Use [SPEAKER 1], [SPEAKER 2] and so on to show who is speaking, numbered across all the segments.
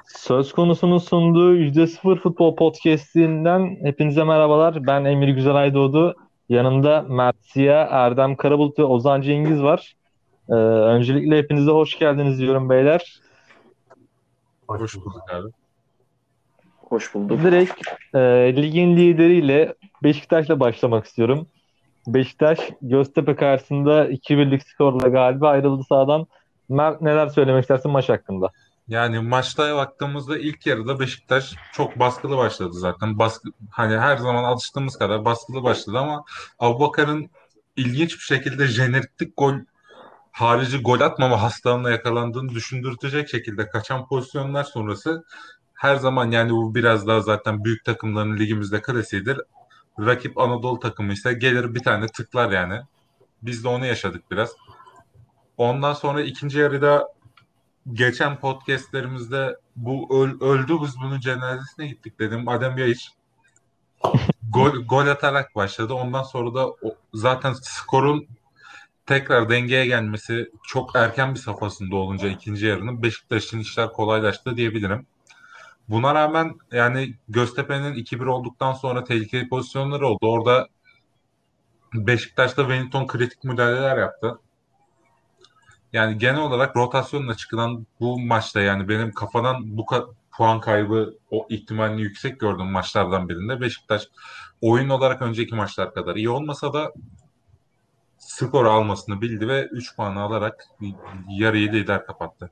[SPEAKER 1] Söz konusunun sunduğu %0 Futbol Podcast'inden hepinize merhabalar. Ben Emir Güzelay Doğdu. Yanımda Mert Ziya, Erdem Karabulut ve Ozan Cengiz var. Öncelikle hepinize hoş geldiniz diyorum beyler.
[SPEAKER 2] Hoş
[SPEAKER 3] Hoş
[SPEAKER 2] bulduk.
[SPEAKER 3] bulduk abi.
[SPEAKER 4] Hoş bulduk.
[SPEAKER 1] Direkt e, ligin lideriyle Beşiktaş'la başlamak istiyorum. Beşiktaş Göztepe karşısında 2-1'lik skorla galiba ayrıldı sahadan. Mert neler söylemek istersin maç hakkında?
[SPEAKER 3] Yani maçta baktığımızda ilk yarıda Beşiktaş çok baskılı başladı zaten. Hani her zaman alıştığımız kadar baskılı başladı ama Abubakar'ın ilginç bir şekilde jeneriklik gol harici gol atmama hastalığına yakalandığını düşündürtecek şekilde kaçan pozisyonlar sonrası her zaman yani bu biraz daha zaten büyük takımların ligimizde klasiğidir. Rakip Anadolu takımı ise gelir bir tane tıklar yani. Biz de onu yaşadık biraz. Ondan sonra ikinci yarıda geçen podcastlerimizde öldü biz bunun cenazesine gittik dedim. Adem Yayıç gol atarak başladı. Ondan sonra da zaten skorun tekrar dengeye gelmesi çok erken bir safhasında olunca ikinci yarının Beşiktaş'ın işler kolaylaştı diyebilirim. Buna rağmen yani Göztepe'nin 2-1 olduktan sonra tehlikeli pozisyonları oldu. Orada Beşiktaş'ta Wellington kritik müdahaleler yaptı. Yani genel olarak rotasyonla çıkılan bu maçta yani benim kafadan puan kaybı o ihtimalini yüksek gördüğüm maçlardan birinde Beşiktaş oyun olarak önceki maçlar kadar iyi olmasa da skoru almasını bildi ve 3 puanı alarak yarıyı lider kapattı.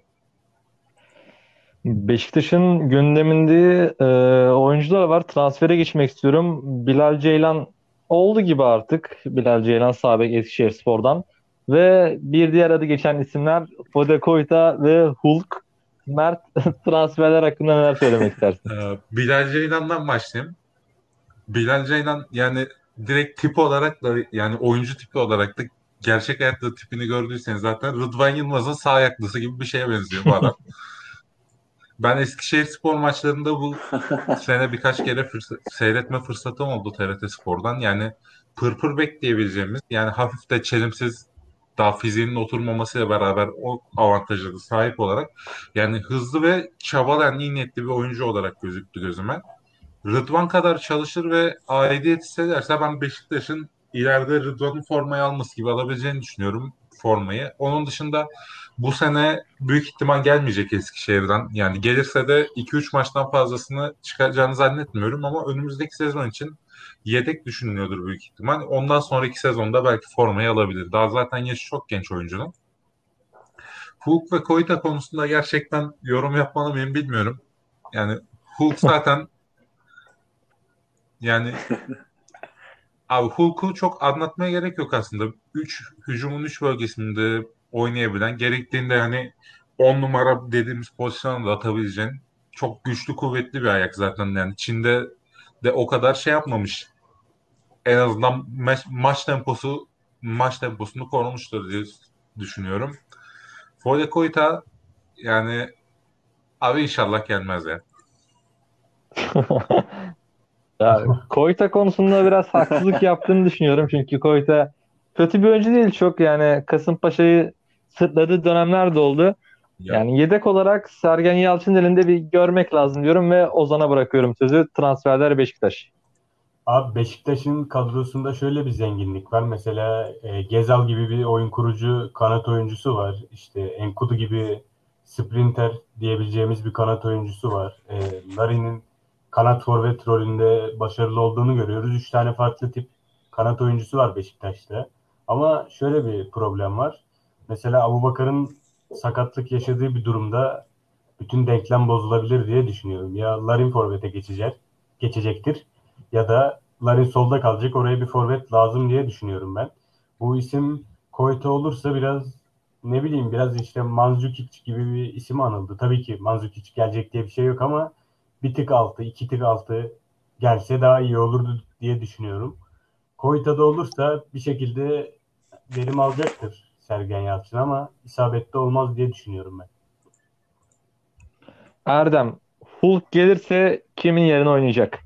[SPEAKER 1] Beşiktaş'ın gündeminde oyuncular var. Transfere geçmek istiyorum. Bilal Ceylan oldu gibi artık. Bilal Ceylan sağ bek Eskişehirspor'dan. Ve bir diğer adı geçen isimler Fode Koyta ve Hulk. Mert transferler hakkında neler söylemek istersin?
[SPEAKER 3] Bilal Ceylan'dan başlayayım. Bilal Ceylan yani direkt tip olarak da yani oyuncu tipi olarak da gerçek hayatta tipini gördüyseniz zaten Rıdvan Yılmaz'ın sağ ayaklısı gibi bir şeye benziyor bu adam. Ben Eskişehirspor maçlarında bu sene birkaç kere seyretme fırsatım oldu TRT Spor'dan. Yani pırpır bek diyebileceğimiz yani hafif de çelimsiz daha fiziğinin oturmamasıyla beraber o avantajları sahip olarak yani hızlı ve çabalayan iyi niyetli bir oyuncu olarak gözüktü gözüme. Rıdvan kadar çalışır ve aidiyet hissederse ben Beşiktaş'ın ileride Rıdvan'ın formayı alması gibi alabileceğini düşünüyorum formayı. Onun dışında bu sene büyük ihtimal gelmeyecek Eskişehir'den. Yani gelirse de 2-3 maçtan fazlasını çıkaracağını zannetmiyorum ama önümüzdeki sezon için yedek düşünülüyordur büyük ihtimal. Ondan sonraki sezonda belki formayı alabilir. Daha zaten yaşı çok genç oyuncunun. Hulk ve Koyta konusunda gerçekten yorum yapmalı mıyım bilmiyorum. Yani Hulk zaten yani abi Hulk'u çok anlatmaya gerek yok aslında. Hücumun 3 bölgesinde oynayabilen, gerektiğinde hani 10 numara dediğimiz pozisyonu da atabileceğin çok güçlü, kuvvetli bir ayak zaten yani. Çin'de de o kadar şey yapmamış. En azından maç temposunu korumuştur diye düşünüyorum. Fode Koyta yani abi inşallah gelmez ya.
[SPEAKER 1] Ya, Koyta konusunda biraz haksızlık yaptığını düşünüyorum. Çünkü Koyta kötü bir oyuncu değil çok yani Kasımpaşa'yı sırtladığı dönemler de oldu.
[SPEAKER 3] Ya
[SPEAKER 1] Yani yedek olarak Sergen Yalçın'ın elinde bir görmek lazım diyorum ve Ozan'a bırakıyorum sözü. Transferler Beşiktaş.
[SPEAKER 2] Abi Beşiktaş'ın kadrosunda şöyle bir zenginlik var. Mesela Gezal gibi bir oyun kurucu kanat oyuncusu var. İşte Enkudu gibi sprinter diyebileceğimiz bir kanat oyuncusu var. Larin'in kanat forvet rolünde başarılı olduğunu görüyoruz. Üç tane farklı tip kanat oyuncusu var Beşiktaş'ta. Ama şöyle bir problem var. Mesela Abubakar'ın sakatlık yaşadığı bir durumda bütün denklem bozulabilir diye düşünüyorum. Ya Larin forvete geçecektir ya da Larin solda kalacak. Oraya bir forvet lazım diye düşünüyorum ben. Bu isim Koyta olursa biraz ne bileyim biraz işte Mandzukic gibi bir isim anıldı. Tabii ki Mandzukic gelecek diye bir şey yok ama bir tık altı, iki tık altı gelse daha iyi olurdu diye düşünüyorum. Koyta'da olursa bir şekilde verim alacaktır Sergen Yalçın ama isabetli olmaz diye düşünüyorum ben.
[SPEAKER 1] Erdem, Hulk gelirse kimin yerine oynayacak?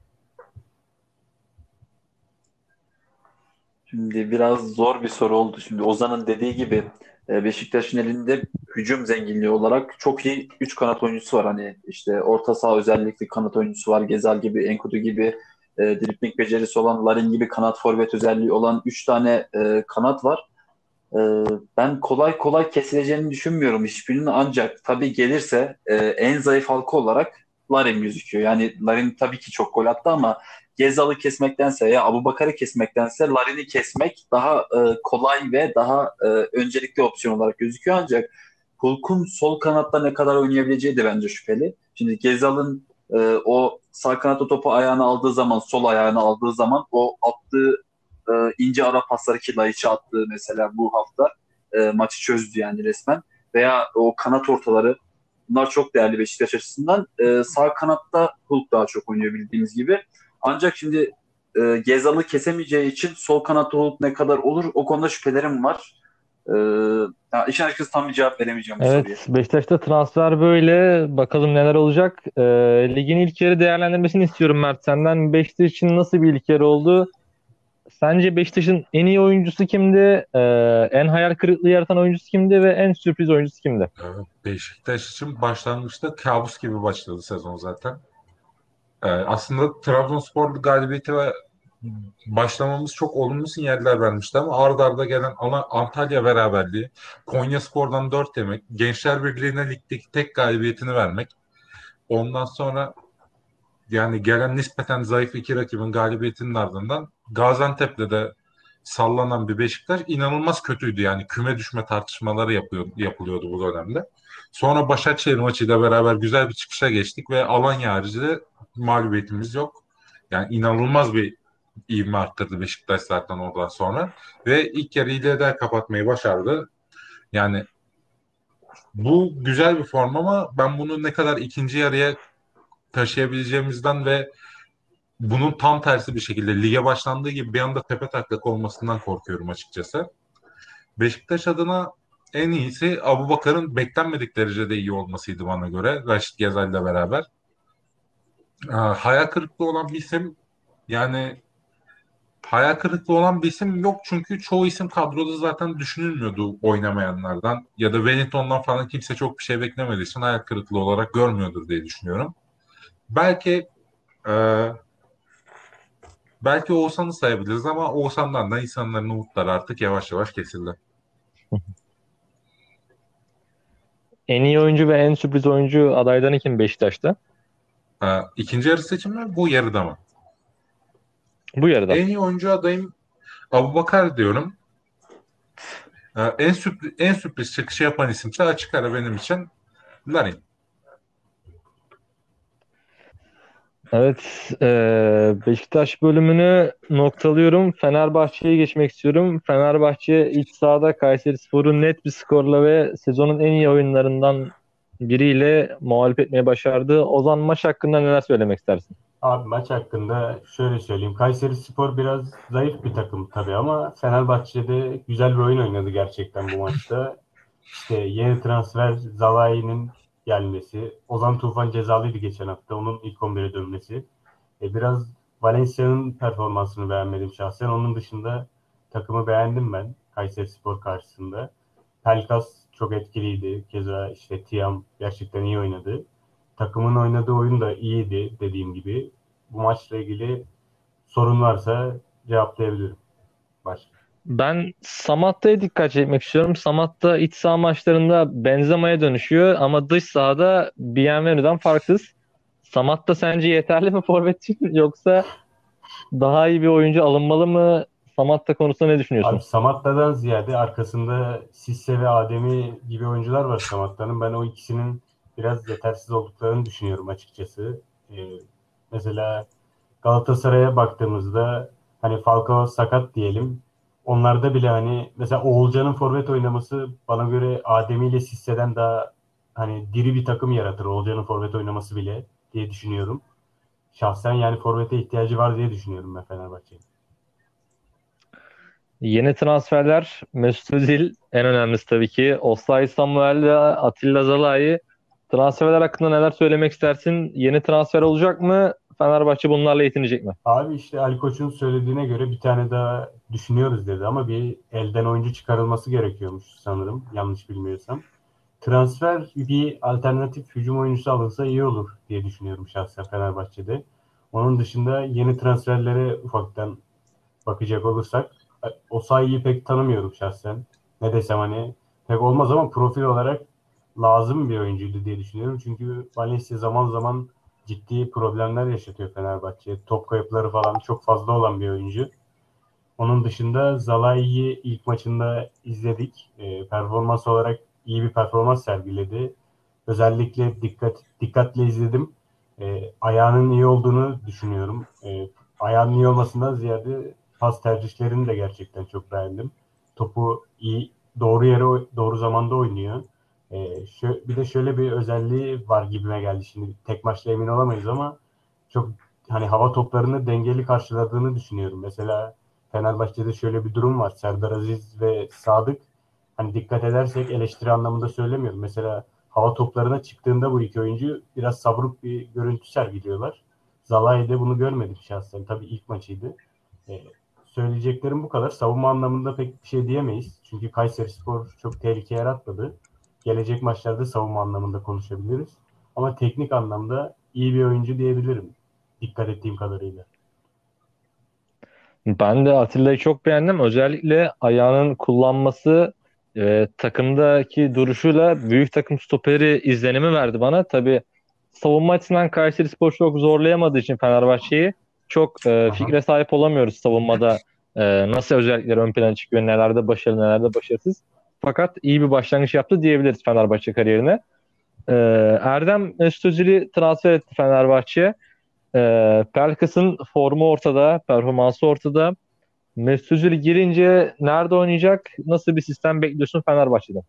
[SPEAKER 4] Şimdi biraz zor bir soru oldu. Şimdi Ozan'ın dediği gibi Beşiktaş'ın elinde hücum zenginliği olarak çok iyi 3 kanat oyuncusu var. Hani işte orta saha özellikle kanat oyuncusu var. Gezal gibi, Enkudu gibi, dribling becerisi olan, Larin gibi kanat forvet özelliği olan 3 tane kanat var. E, Ben kolay kolay kesileceğini düşünmüyorum hiçbirinin, ancak tabii gelirse en zayıf halka olarak Larin gözüküyor. Yani Larin tabii ki çok gol attı ama Gezal'ı kesmektense ya Abubakar'ı kesmektense Larin'i kesmek daha kolay ve daha öncelikli opsiyon olarak gözüküyor. Ancak Hulk'un sol kanatta ne kadar oynayabileceği de bence şüpheli. Şimdi Gezal'ın o sağ kanatta topu ayağına aldığı zaman, sol ayağına aldığı zaman o attığı ince ara pasları, ki Laiç'e attığı mesela bu hafta maçı çözdü yani resmen. Veya o kanat ortaları, bunlar çok değerli Beşiktaş açısından. Sağ kanatta Hulk daha çok oynuyor bildiğimiz gibi. Ancak şimdi Gezal'ı kesemeyeceği için sol kanatta Hulk ne kadar olur, o konuda şüphelerim var. E, Ya işin açıkçası tam bir cevap veremeyeceğim bu soruya.
[SPEAKER 1] Evet, Beşiktaş'ta transfer böyle. Bakalım neler olacak. Ligin ilk yarı değerlendirmesini istiyorum Mert senden. Beşiktaş için nasıl bir ilk yarı oldu? Sence Beşiktaş'ın en iyi oyuncusu kimdi? En hayal kırıklığı yaratan oyuncusu kimdi ve en sürpriz oyuncusu kimdi?
[SPEAKER 3] Beşiktaş için başlangıçta kabus gibi başladı sezon zaten. Aslında Trabzonspor galibiyeti ve başlamamız çok olumlu sinyaller vermişti ama ard arda gelen Antalya beraberliği, Konyaspor'dan 4 yemek, Gençler Birliği'ne ligdeki tek galibiyetini vermek, ondan sonra yani gelen nispeten zayıf iki rakibin galibiyetinin ardından Gaziantep'le de sallanan bir Beşiktaş inanılmaz kötüydü. Yani küme düşme tartışmaları yapılıyordu bu dönemde. Sonra Başakşehir maçıyla beraber güzel bir çıkışa geçtik ve Alanya haricinde mağlubiyetimiz yok. Yani inanılmaz bir ivme arttırdı Beşiktaş zaten oradan sonra. Ve ilk yarı lider kapatmayı başardı. Yani bu güzel bir form ama ben bunu ne kadar ikinci yarıya taşıyabileceğimizden ve bunun tam tersi bir şekilde lige başlandığı gibi bir anda tepe taklak olmasından korkuyorum açıkçası. Beşiktaş adına en iyisi Abubakar'ın beklenmedik derecede iyi olmasıydı bana göre. Raşit Gezal'le beraber. Hayal kırıklığı olan bir isim, yani hayal kırıklığı olan bir isim yok çünkü çoğu isim kadroda zaten düşünülmüyordu oynamayanlardan ya da Wellington'dan falan kimse çok bir şey beklemediği için hayal kırıklığı olarak görmüyordur diye düşünüyorum. Belki e, belki Oğuzhan'ı sayabiliriz ama Oğuzhan'dan da insanların umutları artık yavaş yavaş kesildi.
[SPEAKER 1] En iyi oyuncu ve en sürpriz oyuncu adayları kim Beşiktaş'ta?
[SPEAKER 3] İkinci yarı seçimi bu yarıda mı?
[SPEAKER 1] Bu yarıda.
[SPEAKER 3] En iyi oyuncu adayım Abubakar diyorum. En sürpriz çıkışı yapan isimse açık ara benim için Larin.
[SPEAKER 1] Evet, Beşiktaş bölümünü noktalıyorum. Fenerbahçe'ye geçmek istiyorum. Fenerbahçe iç sahada Kayserispor'u net bir skorla ve sezonun en iyi oyunlarından biriyle mağlup etmeye başardı. Ozan, maç hakkında neler söylemek istersin?
[SPEAKER 2] Abi maç hakkında şöyle söyleyeyim. Kayserispor biraz zayıf bir takım tabii ama Fenerbahçe'de güzel bir oyun oynadı gerçekten bu maçta. İşte yeni transfer Zalai'nin gelmesi. Ozan Tufan cezalıydı geçen hafta. Onun ilk 11'e dönmesi. Biraz Valencia'nın performansını beğenmedim şahsen. Onun dışında takımı beğendim ben Kayserispor karşısında. Pelkas çok etkiliydi. Keza işte Tiam gerçekten iyi oynadı. Takımın oynadığı oyun da iyiydi dediğim gibi. Bu maçla ilgili sorun varsa cevaplayabilirim. Başka.
[SPEAKER 1] Ben Samatta'ya dikkat çekmek istiyorum. Samatta iç saha maçlarında Benzema'ya dönüşüyor ama dış sahada Bienvenu'dan farksız. Samatta sence yeterli mi forvet için yoksa daha iyi bir oyuncu alınmalı mı? Samatta konusunda ne
[SPEAKER 2] Abi
[SPEAKER 1] düşünüyorsun?
[SPEAKER 2] Samatta'dan ziyade arkasında Sisse ve Ademi gibi oyuncular var Samatta'nın. Ben o ikisinin biraz yetersiz olduklarını düşünüyorum açıkçası. Mesela Galatasaray'a baktığımızda hani Falcao sakat diyelim. Onlarda bile hani mesela Oğulcan'ın forvet oynaması bana göre Ademi ile Sisse'den daha hani diri bir takım yaratır. Oğulcan'ın forvet oynaması bile diye düşünüyorum. Şahsen yani forvete ihtiyacı var diye düşünüyorum ben Fenerbahçe'nin.
[SPEAKER 1] Yeni transferler Mesut Özil en önemlisi tabii ki. Osayi Samuel ve Atilla Zalai. Transferler hakkında neler söylemek istersin? Yeni transfer olacak mı? Fenerbahçe bunlarla yetinecek mi?
[SPEAKER 2] Abi işte Ali Koç'un söylediğine göre bir tane daha düşünüyoruz dedi ama bir elden oyuncu çıkarılması gerekiyormuş sanırım yanlış bilmiyorsam. transfer bir alternatif hücum oyuncusu alınsa iyi olur diye düşünüyorum şahsen Fenerbahçe'de. Onun dışında yeni transferlere ufaktan bakacak olursak Osayi'yi pek tanımıyorum şahsen. Ne desem hani pek olmaz ama profil olarak lazım bir oyuncuydu diye düşünüyorum. Çünkü Valencia zaman zaman ciddi problemler yaşatıyor Fenerbahçe'ye. Top kayıpları falan çok fazla olan bir oyuncu. Onun dışında Zalai'yi ilk maçında izledik. Performans olarak iyi bir performans sergiledi. Özellikle dikkatle izledim. Ayağının iyi olduğunu düşünüyorum. Ayağının iyi olmasından ziyade pas tercihlerini de gerçekten çok beğendim. Topu iyi, doğru yere, doğru zamanda oynuyor. Bir de şöyle bir özelliği var gibime geldi. Şimdi tek maçta emin olamayız ama çok hani hava toplarını dengeli karşıladığını düşünüyorum. Mesela Fenerbahçe'de şöyle bir durum var. Serdar Aziz ve Sadık, hani dikkat edersek, eleştiri anlamında söylemiyorum. Mesela hava toplarına çıktığında bu iki oyuncu biraz savruk bir görüntü sergiliyorlar. Zalai'de bunu görmedik şahsen. Tabii ilk maçıydı. Ee, Söyleyeceklerim bu kadar. Savunma anlamında pek bir şey diyemeyiz. Çünkü Kayserispor çok tehlike yaratmadı. Gelecek maçlarda savunma anlamında konuşabiliriz. Ama teknik anlamda iyi bir oyuncu diyebilirim. Dikkat ettiğim kadarıyla.
[SPEAKER 1] Ben de Atilla'yı çok beğendim. Özellikle ayağının kullanması takımdaki duruşuyla büyük takım stoperi izlenimi verdi bana. Tabii savunma açısından Kayserispor çok zorlayamadığı için Fenerbahçe'yi çok
[SPEAKER 2] Aha.
[SPEAKER 1] fikre sahip olamıyoruz savunmada nasıl özellikler ön plana çıkıyor, nelerde başarılı, nelerde başarısız. Fakat iyi bir başlangıç yaptı diyebiliriz Fenerbahçe kariyerine. E, Erdem Mesut Özil'i transfer etti Fenerbahçe. Pelkas'ın formu ortada, performansı ortada. Mesut Özil girince nerede oynayacak? Nasıl bir sistem bekliyorsun Fenerbahçe'den?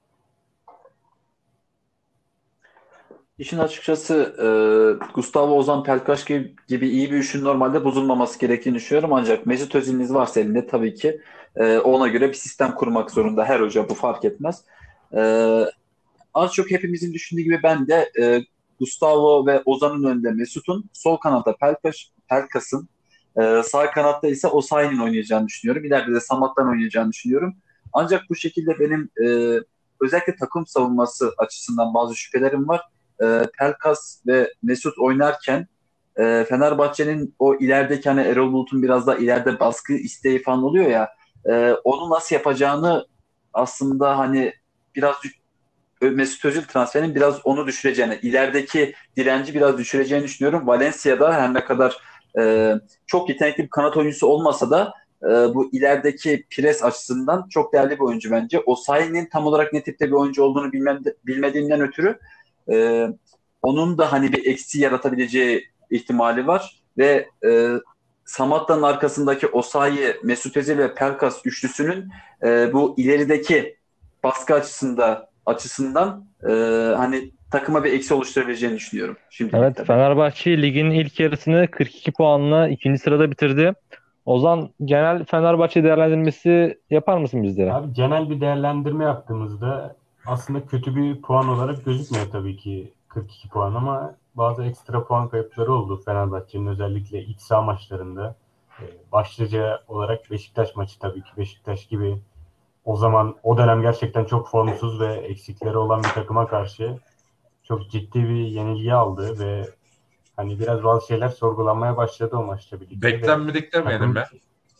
[SPEAKER 4] İşin açıkçası Gustavo Ozan Pelkaş gibi iyi bir işin normalde bozulmaması gerektiğini düşünüyorum. Ancak Mesut Özil'iniz varsa elinde tabii ki ona göre bir sistem kurmak zorunda. Her hoca bu fark etmez. E, Az çok hepimizin düşündüğü gibi ben de Gustavo ve Ozan'ın önünde Mesut'un, sol kanatta Pelkas'ın, sağ kanatta ise Osayi'nin oynayacağını düşünüyorum. İleride de Samat'tan oynayacağını düşünüyorum. Ancak bu şekilde benim özellikle takım savunması açısından bazı şüphelerim var. Pelkas ve Mesut oynarken Fenerbahçe'nin o ilerideki hani Erol Bulut'un biraz da ileride baskı isteği falan oluyor ya, onu nasıl yapacağını aslında hani biraz Mesut Özil transferinin biraz onu düşüreceğini, ilerideki direnci biraz düşüreceğini düşünüyorum. Valencia'da her ne kadar çok yetenekli bir kanat oyuncusu olmasa da bu ilerideki pres açısından çok değerli bir oyuncu bence. Osayi'nin tam olarak ne tipte bir oyuncu olduğunu bilmediğimden ötürü e, onun da hani bir eksi yaratabileceği ihtimali var ve Samatta'nın arkasındaki Osayi, Mesut Özil ve Pelkas üçlüsünün bu ilerideki baskı açısından hani takıma bir eksi oluşturabileceğini düşünüyorum şimdilik
[SPEAKER 1] Evet,
[SPEAKER 4] tabii.
[SPEAKER 1] Fenerbahçe ligin ilk yarısını 42 puanla ikinci sırada bitirdi. Ozan, genel Fenerbahçe değerlendirmesi yapar mısın bizlere?
[SPEAKER 2] Abi genel bir değerlendirme yaptığımızda aslında kötü bir puan olarak gözükmüyor tabii ki 42 puan, ama bazı ekstra puan kayıpları oldu Fenerbahçe'nin, özellikle iç saha maçlarında. Başlıca olarak Beşiktaş maçı, tabii ki Beşiktaş gibi o zaman o dönem gerçekten çok formsuz ve eksikleri olan bir takıma karşı çok ciddi bir yenilgi aldı ve hani biraz bazı şeyler sorgulanmaya başladı o maçla birlikte ve
[SPEAKER 3] Beklenmedik demeyelim
[SPEAKER 2] takım,
[SPEAKER 3] be.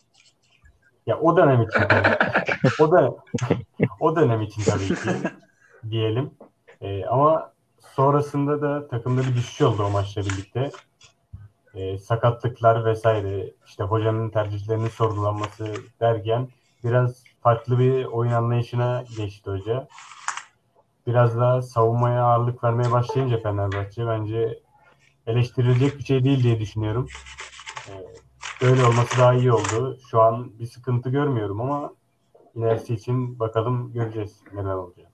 [SPEAKER 2] ya o dönem için tabii o da o dönem için tabii ki diyelim. Ama sonrasında da takımda bir düşüş oldu o maçla birlikte. Sakatlıklar vesaire, işte hocanın tercihlerinin sorgulanması derken biraz farklı bir oyun anlayışına geçti hoca. Biraz daha savunmaya ağırlık vermeye başlayınca Fenerbahçe, bence eleştirilecek bir şey değil diye düşünüyorum. Ee, Öyle olması daha iyi oldu. Şu an bir sıkıntı görmüyorum ama ilerisi için bakalım, göreceğiz neler olacak.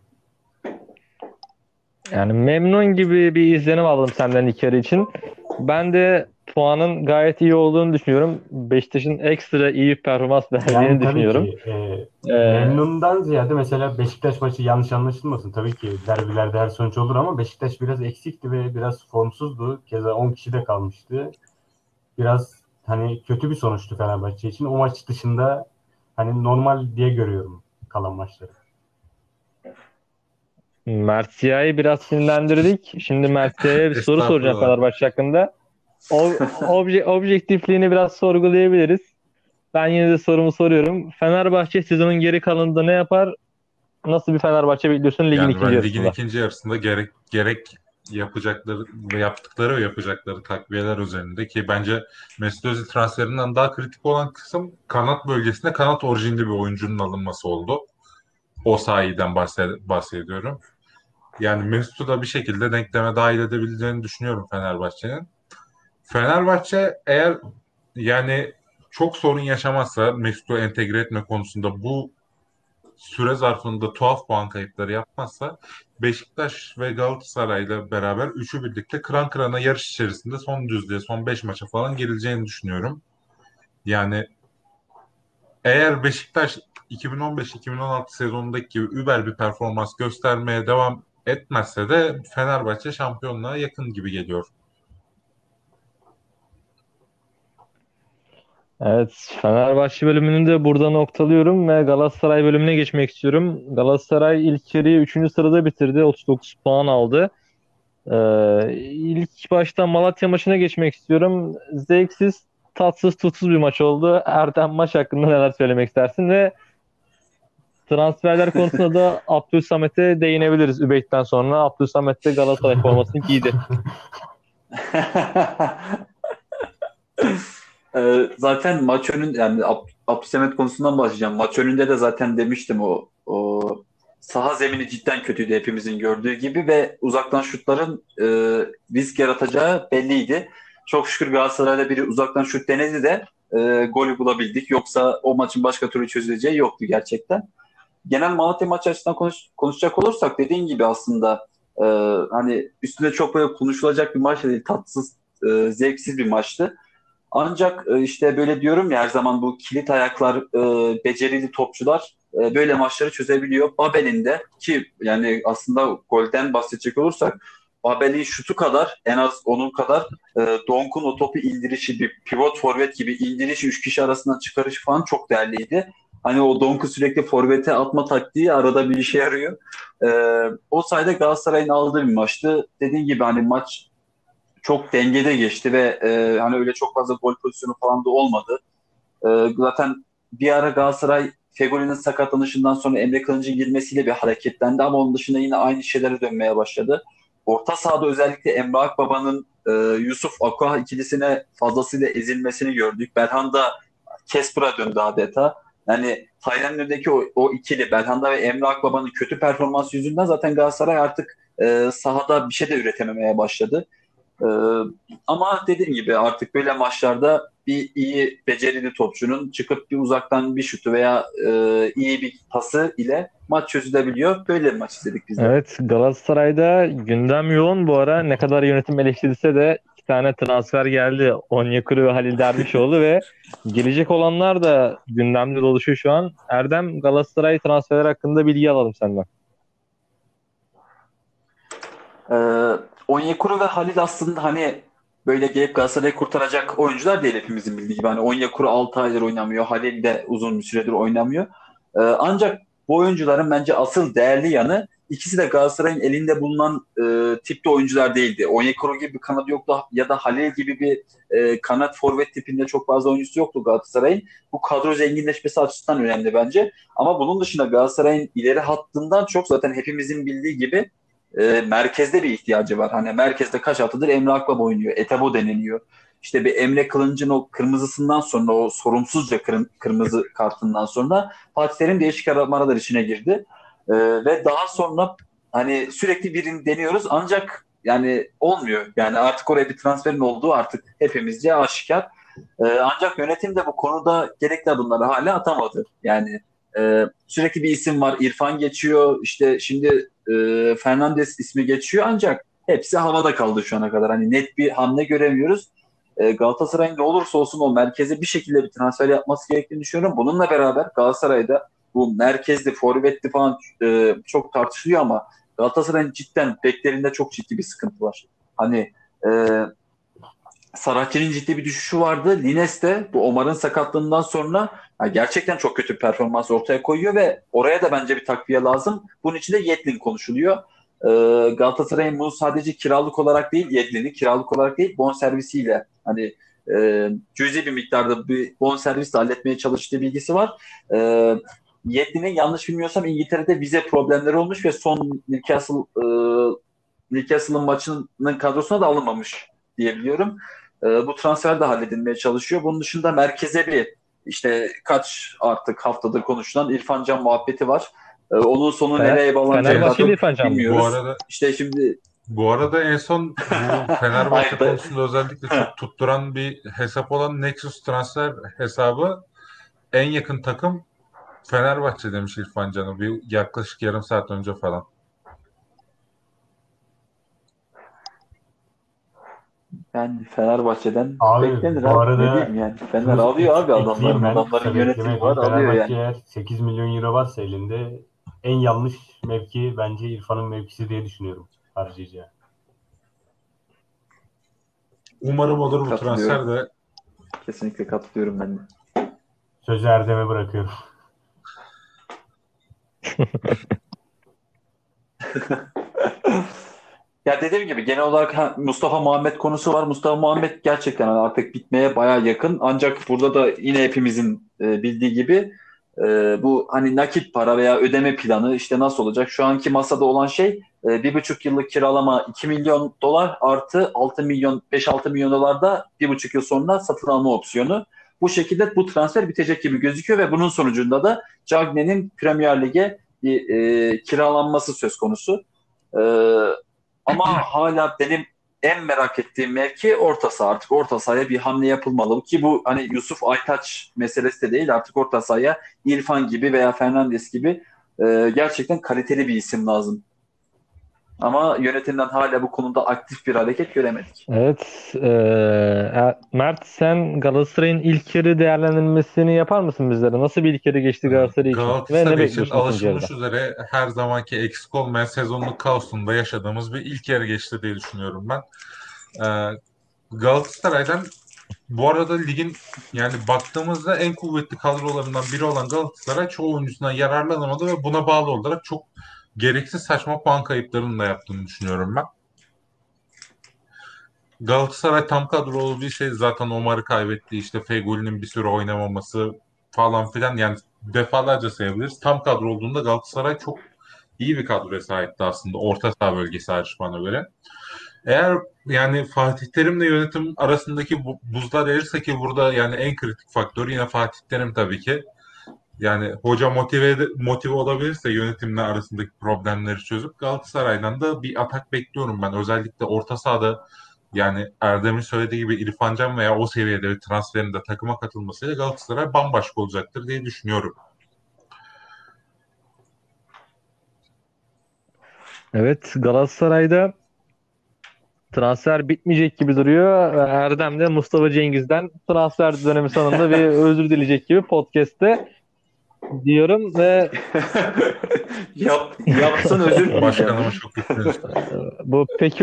[SPEAKER 1] Yani memnun gibi bir izlenim aldım senden ilk yarı için. Ben de puanın gayet iyi olduğunu düşünüyorum. Beşiktaş'ın ekstra iyi bir performans
[SPEAKER 2] Yani
[SPEAKER 1] verdiğini
[SPEAKER 2] tabii
[SPEAKER 1] düşünüyorum.
[SPEAKER 2] ki
[SPEAKER 1] Ee,
[SPEAKER 2] memnundan ziyade, mesela Beşiktaş maçı yanlış anlaşılmasın. Tabii ki derbilerde her sonuç olur ama Beşiktaş biraz eksikti ve biraz formsuzdu. Keza 10 kişi de kalmıştı. Biraz hani kötü bir sonuçtu Fenerbahçe için. O maç dışında hani normal diye görüyorum kalan maçları.
[SPEAKER 1] Martial'ı biraz sinirlendirdik. Şimdi Martial'e bir soru soracağım
[SPEAKER 3] Estağfurullah.
[SPEAKER 1] Fenerbahçe hakkında. O objektifliğini biraz sorgulayabiliriz. Ben yine de sorumu soruyorum. Fenerbahçe sezonun geri kalanında ne yapar? Nasıl bir Fenerbahçe bekliyorsun ligin
[SPEAKER 3] Yani
[SPEAKER 1] ikinci
[SPEAKER 3] ben ligin
[SPEAKER 1] yarısında?
[SPEAKER 3] ikinci yarısında gerek yapacakları ve yaptıkları ve yapacakları takviyeler üzerinde, ki bence Mesut Özil transferinden daha kritik olan kısım kanat bölgesinde kanat orijinli bir oyuncunun alınması oldu. O sayeden bahsediyorum. Yani Mesut'u da bir şekilde denkleme dahil edebileceğini düşünüyorum Fenerbahçe'nin. Fenerbahçe eğer yani çok sorun yaşamazsa Mesut'u entegre etme konusunda, bu süre zarfında tuhaf puan kayıpları yapmazsa, Beşiktaş ve Galatasaray'la beraber üçü birlikte kıran kırana yarış içerisinde son düzlüğe, son 5 maça falan gerileceğini düşünüyorum. Yani eğer Beşiktaş 2015-2016 sezonundaki gibi über bir performans göstermeye devam etmezse de Fenerbahçe şampiyonluğa yakın gibi geliyor.
[SPEAKER 1] Evet, Fenerbahçe bölümünü de burada noktalıyorum ve Galatasaray bölümüne geçmek istiyorum. Galatasaray ilk yarıyı 3. sırada bitirdi. 39 puan aldı. İlk başta Malatya maçına geçmek istiyorum. Zevksiz, tatsız, tutsuz bir maç oldu. Erdem, maç hakkında neler söylemek istersin? Ve transferler konusunda da Abdülsamet'e değinebiliriz. Übeyt'ten sonra Abdülsamet de Galatasaray formasını giydi.
[SPEAKER 4] Zaten maç önün yani Abdülsamet konusundan başlayacağım. Maç önünde de zaten demiştim o saha zemini cidden kötüydü hepimizin gördüğü gibi ve uzaktan şutların risk yaratacağı belliydi. Çok şükür Galatasaray'da biri uzaktan şut denedi de golü bulabildik. Yoksa o maçın başka türlü çözüleceği yoktu gerçekten. Genel Malatya maçı açısından konuşacak olursak dediğin gibi aslında e, hani üstünde çok böyle konuşulacak bir maç değil. Tatsız, zevksiz bir maçtı. Ancak işte böyle diyorum ya her zaman bu kilit ayaklar, becerili topçular böyle maçları çözebiliyor. Babel'in de ki yani aslında golden bahsedecek olursak Babel'in şutu kadar en az onun kadar Donk'un o topu indirişi bir pivot forvet gibi indirişi 3 kişi arasından çıkarışı falan çok değerliydi. Hani o Donk'u sürekli forvete atma taktiği arada bir işe yarıyor. E, O sayede Galatasaray'ın aldığı bir maçtı. Dediğim gibi hani maç çok dengede geçti ve hani öyle çok fazla gol pozisyonu falan da olmadı. Zaten bir ara Galatasaray Fegoli'nin sakatlanışından sonra Emre Kılınç'ın girmesiyle bir hareketlendi ama onun dışında yine aynı şeylere dönmeye başladı. Orta sahada özellikle Emre Akbaba'nın Yusuf Aqua ikilisine fazlasıyla ezilmesini gördük. Belhanda Kesper'a döndü adeta. Yani Taylan'ın önündeki o ikili Belhanda ve Emre Akbaba'nın kötü performansı yüzünden zaten Galatasaray artık sahada bir şey de üretememeye başladı. Ee, Ama dediğim gibi artık böyle maçlarda bir iyi becerili topçunun çıkıp bir uzaktan bir şutu veya iyi bir pası ile maç çözülebiliyor. Böyle bir maç izledik biz de.
[SPEAKER 1] Evet, Galatasaray'da gündem yoğun bu ara. Ne kadar yönetim eleştirilse de iki tane transfer geldi. Onyekuru ve Halil Dervişoğlu ve gelecek olanlar da gündemde dolaşıyor şu an. Erdem, Galatasaray transferler hakkında bilgi alalım senden.
[SPEAKER 4] Ee, Onyekuru ve Halil aslında hani böyle gelip Galatasaray'ı kurtaracak oyuncular değil hepimizin bildiği gibi. Hani Onyekuru 6 aydır oynamıyor. Halil de uzun bir süredir oynamıyor. Ancak bu oyuncuların bence asıl değerli yanı ikisi de Galatasaray'ın elinde bulunan tipte oyuncular değildi. Onyekuru gibi bir kanadı yoktu ya da Halil gibi bir kanat forvet tipinde çok fazla oyuncusu yoktu Galatasaray'ın. Bu kadro zenginleşmesi açısından önemli bence. Ama bunun dışında Galatasaray'ın ileri hattından çok zaten hepimizin bildiği gibi merkezde bir ihtiyacı var. Hani merkezde kaç haftadır Emre Akbaba oynuyor. Etebo deneniyor. İşte bir Emre Kılınç'ın o kırmızısından sonra o sorumsuzca kırmızı kartından sonra Fatih Terim değişik aramalar içine girdi. Ve daha sonra hani sürekli birini deniyoruz ancak yani olmuyor. Yani artık oraya bir transferin olduğu artık hepimizce aşikar. Ancak yönetim de bu konuda gerekli adımları hala atamadı. Yani sürekli bir isim var. İrfan geçiyor. İşte şimdi Fernandes ismi geçiyor ancak hepsi havada kaldı şu ana kadar. Hani net bir hamle göremiyoruz. Galatasaray'ın ne olursa olsun o merkeze bir şekilde bir transfer yapması gerektiğini düşünüyorum. Bununla beraber Galatasaray'da bu merkezli, forvetli falan çok tartışılıyor ama Galatasaray'ın cidden beklerinde çok ciddi bir sıkıntı var. Hani e, Saracchi'nin ciddi bir düşüşü vardı. Lines de bu Omar'ın sakatlığından sonra gerçekten çok kötü bir performans ortaya koyuyor ve oraya da bence bir takviye lazım. Bunun için de Yedlin konuşuluyor. Galatasaray'ın bunu sadece kiralık olarak değil, Yedlin'i kiralık olarak değil, bonservisiyle hani cüzi bir miktarda bir bonservisle halletmeye çalıştığı bilgisi var. Yedlin'in yanlış bilmiyorsam İngiltere'de vize problemleri olmuş ve son Newcastle'ın maçının kadrosuna da alınmamış diye biliyorum. Bu transfer de halledilmeye çalışıyor. Bunun dışında merkeze bir işte kaç artık haftadır konuşulan İrfan Can muhabbeti var. Onun sonu nereye bağlanacak daha
[SPEAKER 1] Fenerbahçeli
[SPEAKER 4] çok
[SPEAKER 1] İrfan Can mı?
[SPEAKER 3] Bu
[SPEAKER 4] bilmiyoruz.
[SPEAKER 3] arada
[SPEAKER 4] İşte şimdi
[SPEAKER 3] bu arada en son bu Fenerbahçe
[SPEAKER 4] Ay,
[SPEAKER 3] konusunda özellikle çok tutturan bir hesap olan Nexus transfer hesabı en yakın takım Fenerbahçe demiş İrfan Can'ı bir yaklaşık yarım saat önce falan.
[SPEAKER 4] yani Fenerbahçe'den
[SPEAKER 2] Abi
[SPEAKER 4] beklenir
[SPEAKER 2] bu
[SPEAKER 4] abi. Ne
[SPEAKER 2] arada
[SPEAKER 4] diyeyim yani. Fener
[SPEAKER 2] şunu
[SPEAKER 4] alıyor abi
[SPEAKER 2] ekleyeyim
[SPEAKER 4] adamların.
[SPEAKER 2] ben,
[SPEAKER 4] Adamların
[SPEAKER 2] kısa bir ekleme
[SPEAKER 4] yönetimi var
[SPEAKER 2] yapayım.
[SPEAKER 4] alıyor
[SPEAKER 2] Fenerbahçe
[SPEAKER 4] yani.
[SPEAKER 2] eğer 8 milyon euro varsa elinde en yanlış mevki bence İrfan'ın mevkisi diye düşünüyorum harcayacağı.
[SPEAKER 3] Umarım olur bu
[SPEAKER 4] Katılıyorum.
[SPEAKER 3] transfer de.
[SPEAKER 4] Kesinlikle katılıyorum ben de.
[SPEAKER 2] Sözü Erdem'e bırakıyorum.
[SPEAKER 4] Ya dediğim gibi genel olarak Mustafa Muhammed konusu var. Mustafa Muhammed gerçekten hani artık bitmeye bayağı yakın. Ancak burada da yine hepimizin bildiği gibi bu hani nakit para veya ödeme planı işte nasıl olacak? Şu anki masada olan şey 1,5 yıllık kiralama 2 milyon dolar artı 6 milyon 5-6 milyon dolar da 1,5 yıl sonra satın alma opsiyonu. Bu şekilde bu transfer bitecek gibi gözüküyor ve bunun sonucunda da Cagney'in Premier Lig'e kiralanması söz konusu. E, Ama hala benim en merak ettiğim mevki orta saha. Artık orta sahaya bir hamle yapılmalı ki bu hani Yusuf Aytaç meselesi de değil. Artık orta sahaya İrfan gibi veya Fernandes gibi gerçekten kaliteli bir isim lazım. Ama yönetimden hala bu konuda aktif bir hareket göremedik.
[SPEAKER 1] Evet. Mert, sen Galatasaray'ın ilk yarı değerlendirmesini yapar mısın bizlere? Nasıl bir ilk yarı geçti Galatasaray için? Ve ne
[SPEAKER 3] Galatasaray için
[SPEAKER 1] bekliyorsun ikinci yarıda?
[SPEAKER 3] alışılmış üzere her zamanki eksik olmayan sezonluk kaosunda yaşadığımız bir ilk yarı geçti diye düşünüyorum ben. Galatasaray'dan bu arada ligin yani baktığımızda en kuvvetli kadrolarından biri olan Galatasaray çoğu oyuncusundan yararlanamadı ve buna bağlı olarak çok gereksiz saçma puan kayıplarını da yaptığını düşünüyorum ben. Galatasaray tam kadrolu bir şey zaten Omar'ı kaybetti işte Feghoulli'nin bir süre oynamaması falan filan yani defalarca sayabiliriz. Tam kadro olduğunda Galatasaray çok iyi bir kadroya sahipti aslında orta saha bölgesi hariç bana göre. Eğer yani Fatih Terim'le yönetim arasındaki buzlar erirse ki burada yani en kritik faktör yine Fatih Terim tabii ki. Yani hoca motive olabilirse yönetimle arasındaki problemleri çözüp Galatasaray'dan da bir atak bekliyorum ben. Özellikle orta sahada yani Erdem'in söylediği gibi İrfan Can veya o seviyede bir transferin de takıma katılmasıyla Galatasaray bambaşka olacaktır diye düşünüyorum.
[SPEAKER 1] Evet, Galatasaray'da transfer bitmeyecek gibi duruyor. Erdem de Mustafa Cengiz'den transfer dönemi sonunda bir özür dileyecek gibi podcast'te diyorum ve
[SPEAKER 4] Yapsın özür dileyeceğim.
[SPEAKER 3] Başkanıma çok yükleniyoruz.
[SPEAKER 1] bu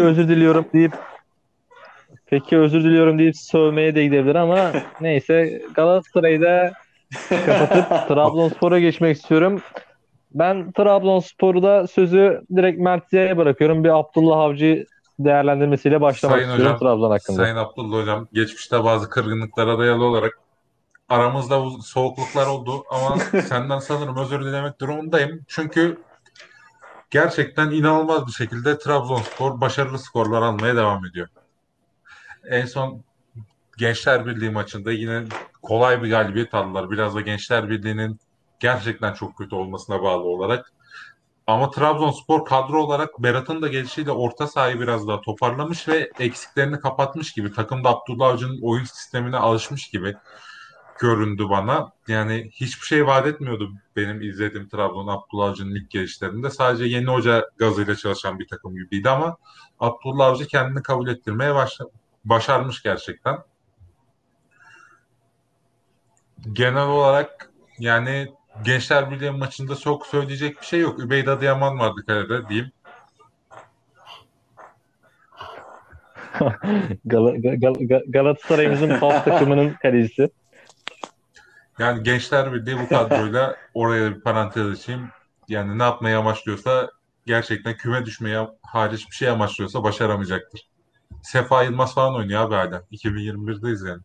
[SPEAKER 1] peki özür diliyorum deyip sövmeye de gidebilir ama neyse, Galatasaray'ı da kapatıp Trabzonspor'a geçmek istiyorum. Ben Trabzonspor'u da sözü direkt Mert'e bırakıyorum. Bir Abdullah Avcı değerlendirmesiyle başlamak
[SPEAKER 3] Sayın
[SPEAKER 1] istiyorum
[SPEAKER 3] Hocam,
[SPEAKER 1] Trabzon hakkında.
[SPEAKER 3] Sayın Abdullah Hocam, geçmişte bazı kırgınlıklara dayalı olarak aramızda bu soğukluklar oldu ama senden sanırım özür dilemek durumundayım. Çünkü gerçekten inanılmaz bir şekilde Trabzonspor başarılı skorlar almaya devam ediyor. En son Gençler Birliği maçında yine kolay bir galibiyet aldılar. Biraz da Gençler Birliği'nin gerçekten çok kötü olmasına bağlı olarak. Ama Trabzonspor kadro olarak Berat'ın da gelişiyle orta sahayı biraz daha toparlamış ve eksiklerini kapatmış gibi. Takım da Abdullah Avcı'nın oyun sistemine alışmış gibi göründü bana. Yani hiçbir şey vaat etmiyordu benim izlediğim Trabzon Abdullah Avcı'nın ilk gelişlerinde. Sadece yeni hoca gazıyla çalışan bir takım gibiydi ama Abdullah Avcı kendini kabul ettirmeye başarmış gerçekten. Genel olarak yani Gençler Birliği maçında çok söyleyecek bir şey yok. Übeyt Adıyaman vardı kalede diyeyim.
[SPEAKER 1] Galatasaray'ımızın PAF takımının kalecisi.
[SPEAKER 3] Yani Gençler Birliği bu kadroyla oraya bir parantez açayım. Yani ne yapmayı amaçlıyorsa gerçekten küme düşmeye hariç bir şey amaçlıyorsa başaramayacaktır. Sefa Yılmaz falan oynuyor abi hala. 2021'deyiz yani.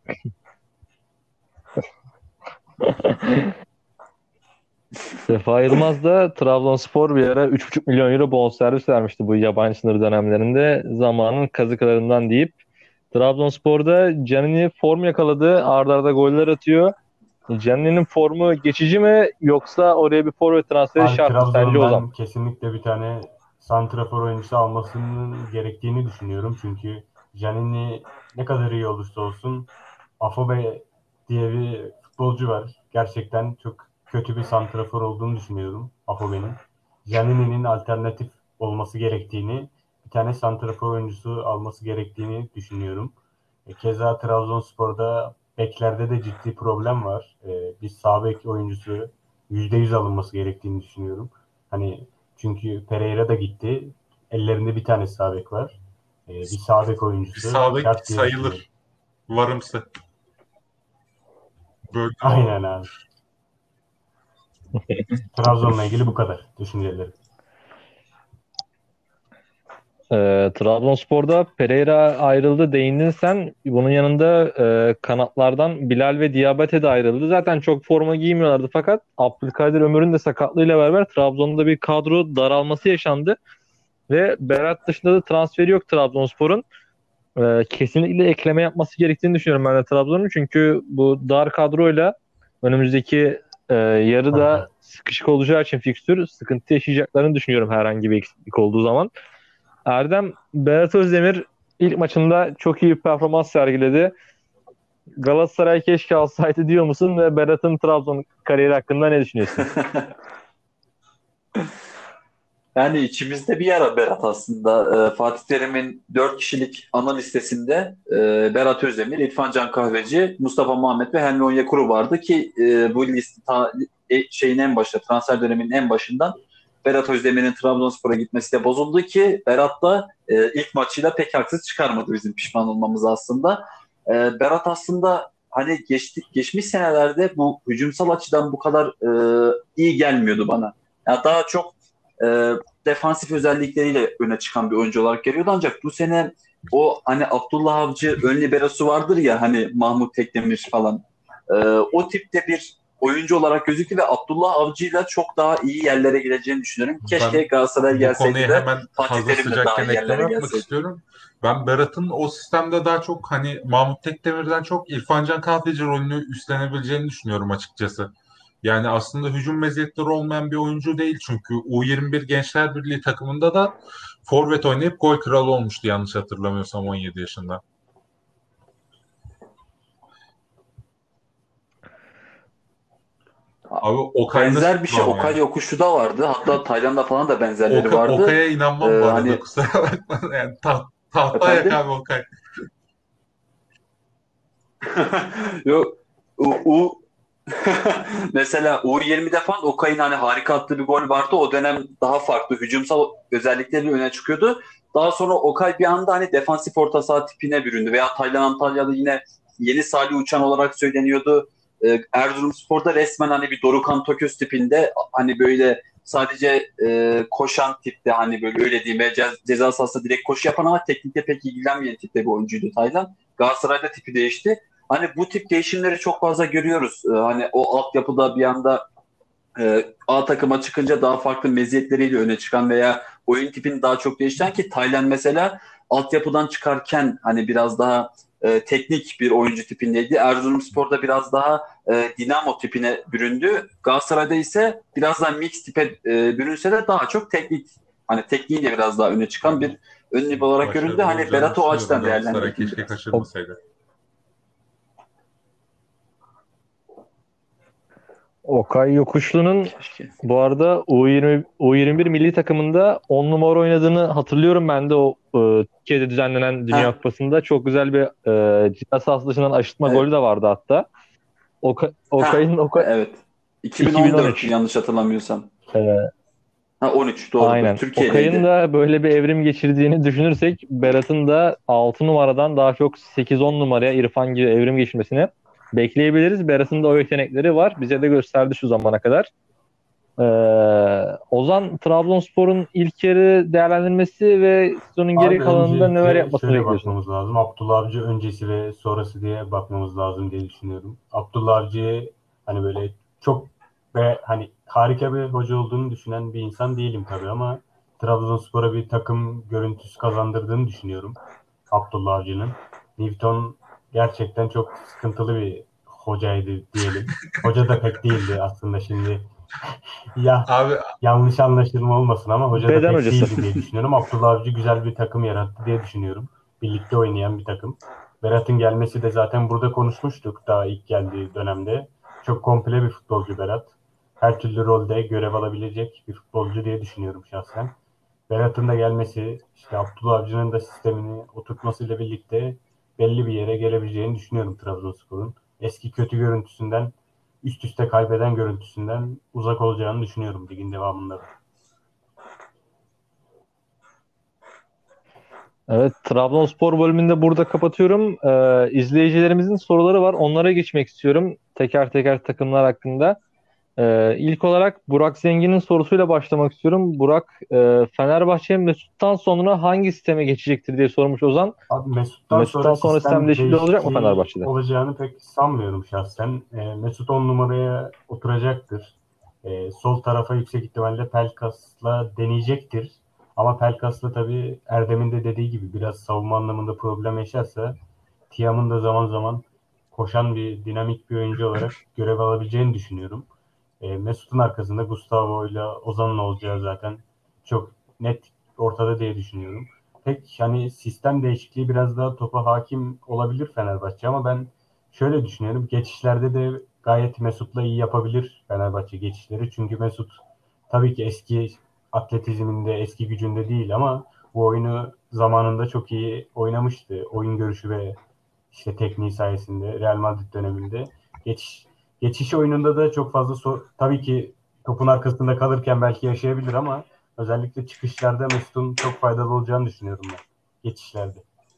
[SPEAKER 1] Sefa Yılmaz da Trabzonspor bir ara 3,5 milyon euro bonservis vermişti bu yabancı sınır dönemlerinde. Zamanın kazıklarından deyip. Trabzonspor'da Gianni form yakaladı. Arda arda goller atıyor. Gianni'nin formu geçici mi yoksa oraya bir forvet transferi
[SPEAKER 2] Abi
[SPEAKER 1] şart mı sence
[SPEAKER 2] Trabzon'un
[SPEAKER 1] Ozan?
[SPEAKER 2] ben kesinlikle bir tane santrafor oyuncusu almasının gerektiğini düşünüyorum. Çünkü Giannini ne kadar iyi olursa olsun Afobe diye bir futbolcu var. Gerçekten çok kötü bir santrafor olduğunu düşünüyorum Afobe'nin. Giannini'nin alternatif olması gerektiğini, bir tane santrafor oyuncusu alması gerektiğini düşünüyorum. Keza Trabzonspor'da beklerde de ciddi problem var. Bir sağ bek oyuncusu %100 alınması gerektiğini düşünüyorum. Hani çünkü Pereira da gitti. Ellerinde bir tane sağ bek var. Bir sağ bek
[SPEAKER 3] Bir
[SPEAKER 2] oyuncusu
[SPEAKER 3] sağ bek
[SPEAKER 2] şart diye düşünüyorum.
[SPEAKER 3] sayılır. Varımsı. Böldüm ama.
[SPEAKER 2] Aynen abi. Trabzon'la ilgili bu kadar düşüncelerim.
[SPEAKER 1] Trabzonspor'da Pereira ayrıldı değindin sen. Bunun yanında kanatlardan Bilal ve Diabate de ayrıldı. Zaten çok forma giymiyorlardı fakat Abdülkadir Ömür'ün de sakatlığıyla beraber Trabzon'da bir kadro daralması yaşandı. Ve Berat dışında da transferi yok Trabzonspor'un. Kesinlikle ekleme yapması gerektiğini düşünüyorum ben de Trabzon'un. Çünkü bu dar kadroyla önümüzdeki
[SPEAKER 2] Tabii tabii.
[SPEAKER 1] yarıda sıkışık olacağı için fikstür sıkıntı yaşayacaklarını düşünüyorum herhangi bir eksiklik olduğu zaman. Erdem, Berat Özdemir ilk maçında çok iyi bir performans sergiledi. Galatasaray keşke alsaydı diyor musun ve Berat'ın Trabzon kariyeri hakkında ne düşünüyorsun?
[SPEAKER 4] Yani içimizde bir ara Berat aslında. Fatih Terim'in 4 kişilik ana listesinde Berat Özdemir, İrfan Can Kahveci, Mustafa Muhammed ve Helmi Onyekuru vardı ki bu liste şeyin en başta, transfer döneminin en başından Berat Özdemir'in Trabzonspor'a gitmesi de bozuldu ki Berat da ilk maçıyla pek haksız çıkarmadı bizim pişman olmamız aslında. Berat aslında hani geçmiş senelerde bu hücumsal açıdan bu kadar iyi gelmiyordu bana. Ya daha çok e, defansif özellikleriyle öne çıkan bir oyuncu olarak geliyordu. Ancak bu sene o hani Abdullah Avcı ön liberosu vardır ya hani Mahmut Tekdemir falan. O tipte bir oyuncu olarak gözüktü ve Abdullah Avcı'yla çok daha iyi yerlere geleceğini düşünüyorum. Keşke
[SPEAKER 3] Ben
[SPEAKER 4] Galatasaray
[SPEAKER 3] bu
[SPEAKER 4] gelseydi
[SPEAKER 3] konuyu
[SPEAKER 4] de
[SPEAKER 3] hemen
[SPEAKER 4] Fatih
[SPEAKER 3] hazır
[SPEAKER 4] Terim de daha
[SPEAKER 3] sıcakken
[SPEAKER 4] iyi
[SPEAKER 3] ekleme
[SPEAKER 4] yerlere
[SPEAKER 3] yapmak
[SPEAKER 4] gelseydi.
[SPEAKER 3] istiyorum. Ben Berat'ın o sistemde daha çok hani Mahmut Tekdemir'den çok İrfan Can Kahveci rolünü üstlenebileceğini düşünüyorum açıkçası. Yani aslında hücum meziyetleri olmayan bir oyuncu değil çünkü U21 Gençler Birliği takımında da forvet oynayıp gol kralı olmuştu yanlış hatırlamıyorsam 17 yaşında. Abi Okay nasıl
[SPEAKER 4] Benzer bir şey
[SPEAKER 3] ama
[SPEAKER 4] Okay
[SPEAKER 3] ya?
[SPEAKER 4] Yokuşu da vardı. Hatta Tayland'da falan da benzerleri vardı.
[SPEAKER 3] Okay'a inanmam bu arada
[SPEAKER 4] Hani
[SPEAKER 3] kusura bakma. Yani tahta ayak
[SPEAKER 4] efendim
[SPEAKER 3] abi Okay.
[SPEAKER 4] yok U mesela U20'de falan Okay'ın hani harika attığı bir gol vardı. O dönem daha farklı hücumsal özellikleri öne çıkıyordu. Daha sonra Okay bir anda hani defansif orta saha tipine büründü. Veya Taylan Antalya'da yine yeni Salih Uçan olarak söyleniyordu. Erzurumspor'da resmen hani bir Dorukhan Toköz tipinde hani böyle sadece koşan tipte hani böyle öyle diyeyim ceza sahasında direkt koşu yapan ama teknikte pek ilgilenmeyen tipte bir oyuncuydu Taylan. Galatasaray'da tipi değişti. Hani bu tip değişimleri çok fazla görüyoruz. Hani o altyapıda bir anda A takıma çıkınca daha farklı meziyetleriyle öne çıkan veya oyun tipini daha çok değiştiren ki Taylan mesela altyapıdan çıkarken hani biraz daha teknik bir oyuncu tipindeydi. Erzurumspor'da biraz daha dinamo tipine büründü. Galatasaray'da ise biraz daha mix tipe bürünse de daha çok teknik hani tekniğiyle biraz daha öne çıkan bir ünlü olarak göründü.
[SPEAKER 3] Başarılı
[SPEAKER 4] Hani
[SPEAKER 3] olacağını
[SPEAKER 4] Berat'ı o
[SPEAKER 3] düşünüyorum.
[SPEAKER 4] açıdan
[SPEAKER 3] Galatasaray
[SPEAKER 4] değerlendirdim
[SPEAKER 3] keşke
[SPEAKER 4] biraz.
[SPEAKER 1] O-
[SPEAKER 3] kaçırmasaydı.
[SPEAKER 1] Okay Yokuşlu'nun
[SPEAKER 4] Keşke.
[SPEAKER 1] bu arada U21 milli takımında 10 numara oynadığını hatırlıyorum ben de o Türkiye'de düzenlenen Dünya
[SPEAKER 4] Heh,
[SPEAKER 1] Kupası'nda çok güzel bir ceza sahası dışından aşırtma golü
[SPEAKER 4] evet.
[SPEAKER 1] de vardı hatta.
[SPEAKER 4] Ha,
[SPEAKER 1] Okay'ın
[SPEAKER 4] evet. 2014
[SPEAKER 1] 2013.
[SPEAKER 4] yanlış hatırlamıyorsam.
[SPEAKER 1] E,
[SPEAKER 4] Ha 13 doğrudur.
[SPEAKER 1] aynen. Okay'ın
[SPEAKER 4] Türkiye'deydi.
[SPEAKER 1] da böyle bir evrim geçirdiğini düşünürsek Berat'ın da 6 numaradan daha çok 8-10 numaraya İrfan gibi evrim geçirmesini bekleyebiliriz. Berat'ın da o yetenekleri var. Bize de gösterdi şu zamana kadar. Ozan, Trabzonspor'un ilk yarı değerlendirmesi ve sezonun geri
[SPEAKER 2] Abi
[SPEAKER 1] kalanında neler
[SPEAKER 2] öncelikle
[SPEAKER 1] yapmasını
[SPEAKER 2] şöyle
[SPEAKER 1] bekliyorsun?
[SPEAKER 2] bakmamız lazım. Abdullah Avcı öncesi ve sonrası diye bakmamız lazım diye düşünüyorum. Abdullah Avcı'yı hani böyle çok ve hani harika bir hoca olduğunu düşünen bir insan değilim tabii ama Trabzonspor'a bir takım görüntüsü kazandırdığını düşünüyorum Abdullah Avcı'nın. Newton gerçekten çok sıkıntılı bir hocaydı diyelim. Hoca da pek değildi aslında şimdi. Ya
[SPEAKER 3] Abi
[SPEAKER 2] yanlış anlaşılma olmasın ama hoca da
[SPEAKER 1] Beden
[SPEAKER 2] pek
[SPEAKER 1] hocası.
[SPEAKER 2] değildi diye düşünüyorum. Abdullah Avcı güzel bir takım yarattı diye düşünüyorum. Birlikte oynayan bir takım. Berat'ın gelmesi de zaten burada konuşmuştuk daha ilk geldiği dönemde. Çok komple bir futbolcu Berat. Her türlü rolde görev alabilecek bir futbolcu diye düşünüyorum şahsen. Berat'ın da gelmesi, işte Abdullah Avcı'nın da sistemini oturtmasıyla birlikte belli bir yere gelebileceğini düşünüyorum Trabzonspor'un. Eski kötü görüntüsünden, üst üste kaybeden görüntüsünden uzak olacağını düşünüyorum ligin devamında da.
[SPEAKER 1] Evet, Trabzonspor bölümünde burada kapatıyorum. İzleyicilerimizin soruları var. Onlara geçmek istiyorum. Teker teker takımlar hakkında. İlk olarak Burak Zengin'in sorusuyla başlamak istiyorum. Burak, Fenerbahçe Mesut'tan sonra hangi sisteme geçecektir diye sormuş Ozan.
[SPEAKER 2] Abi Mesut'tan sonra
[SPEAKER 1] Mesut'tan sonra sistem
[SPEAKER 2] sistem
[SPEAKER 1] değişikliği olacak mı
[SPEAKER 2] değişikliği
[SPEAKER 1] Fenerbahçe'de?
[SPEAKER 2] olacağını pek sanmıyorum şahsen. Mesut 10 numaraya oturacaktır. Sol tarafa yüksek ihtimalle Pelkas'la deneyecektir. Ama Pelkas'la tabii Erdem'in de dediği gibi biraz savunma anlamında problem yaşarsa Tiam'ın da zaman zaman koşan bir dinamik bir oyuncu olarak görev alabileceğini düşünüyorum. Mesut'un arkasında Gustavo ile Ozan'ın olacağı zaten çok net ortada diye düşünüyorum. Pek hani sistem değişikliği biraz daha topa hakim olabilir Fenerbahçe ama ben şöyle düşünüyorum. Geçişlerde de gayet Mesut'la iyi yapabilir Fenerbahçe geçişleri. Çünkü Mesut tabii ki eski atletizminde, eski gücünde değil ama bu oyunu zamanında çok iyi oynamıştı. Oyun görüşü ve işte tekniği sayesinde Real Madrid döneminde. Geçiş, geçiş oyununda da çok fazla tabii ki topun arkasında kalırken belki yaşayabilir ama özellikle çıkışlarda Mesut'un çok faydalı olacağını düşünüyorum ben. Geçişlerde.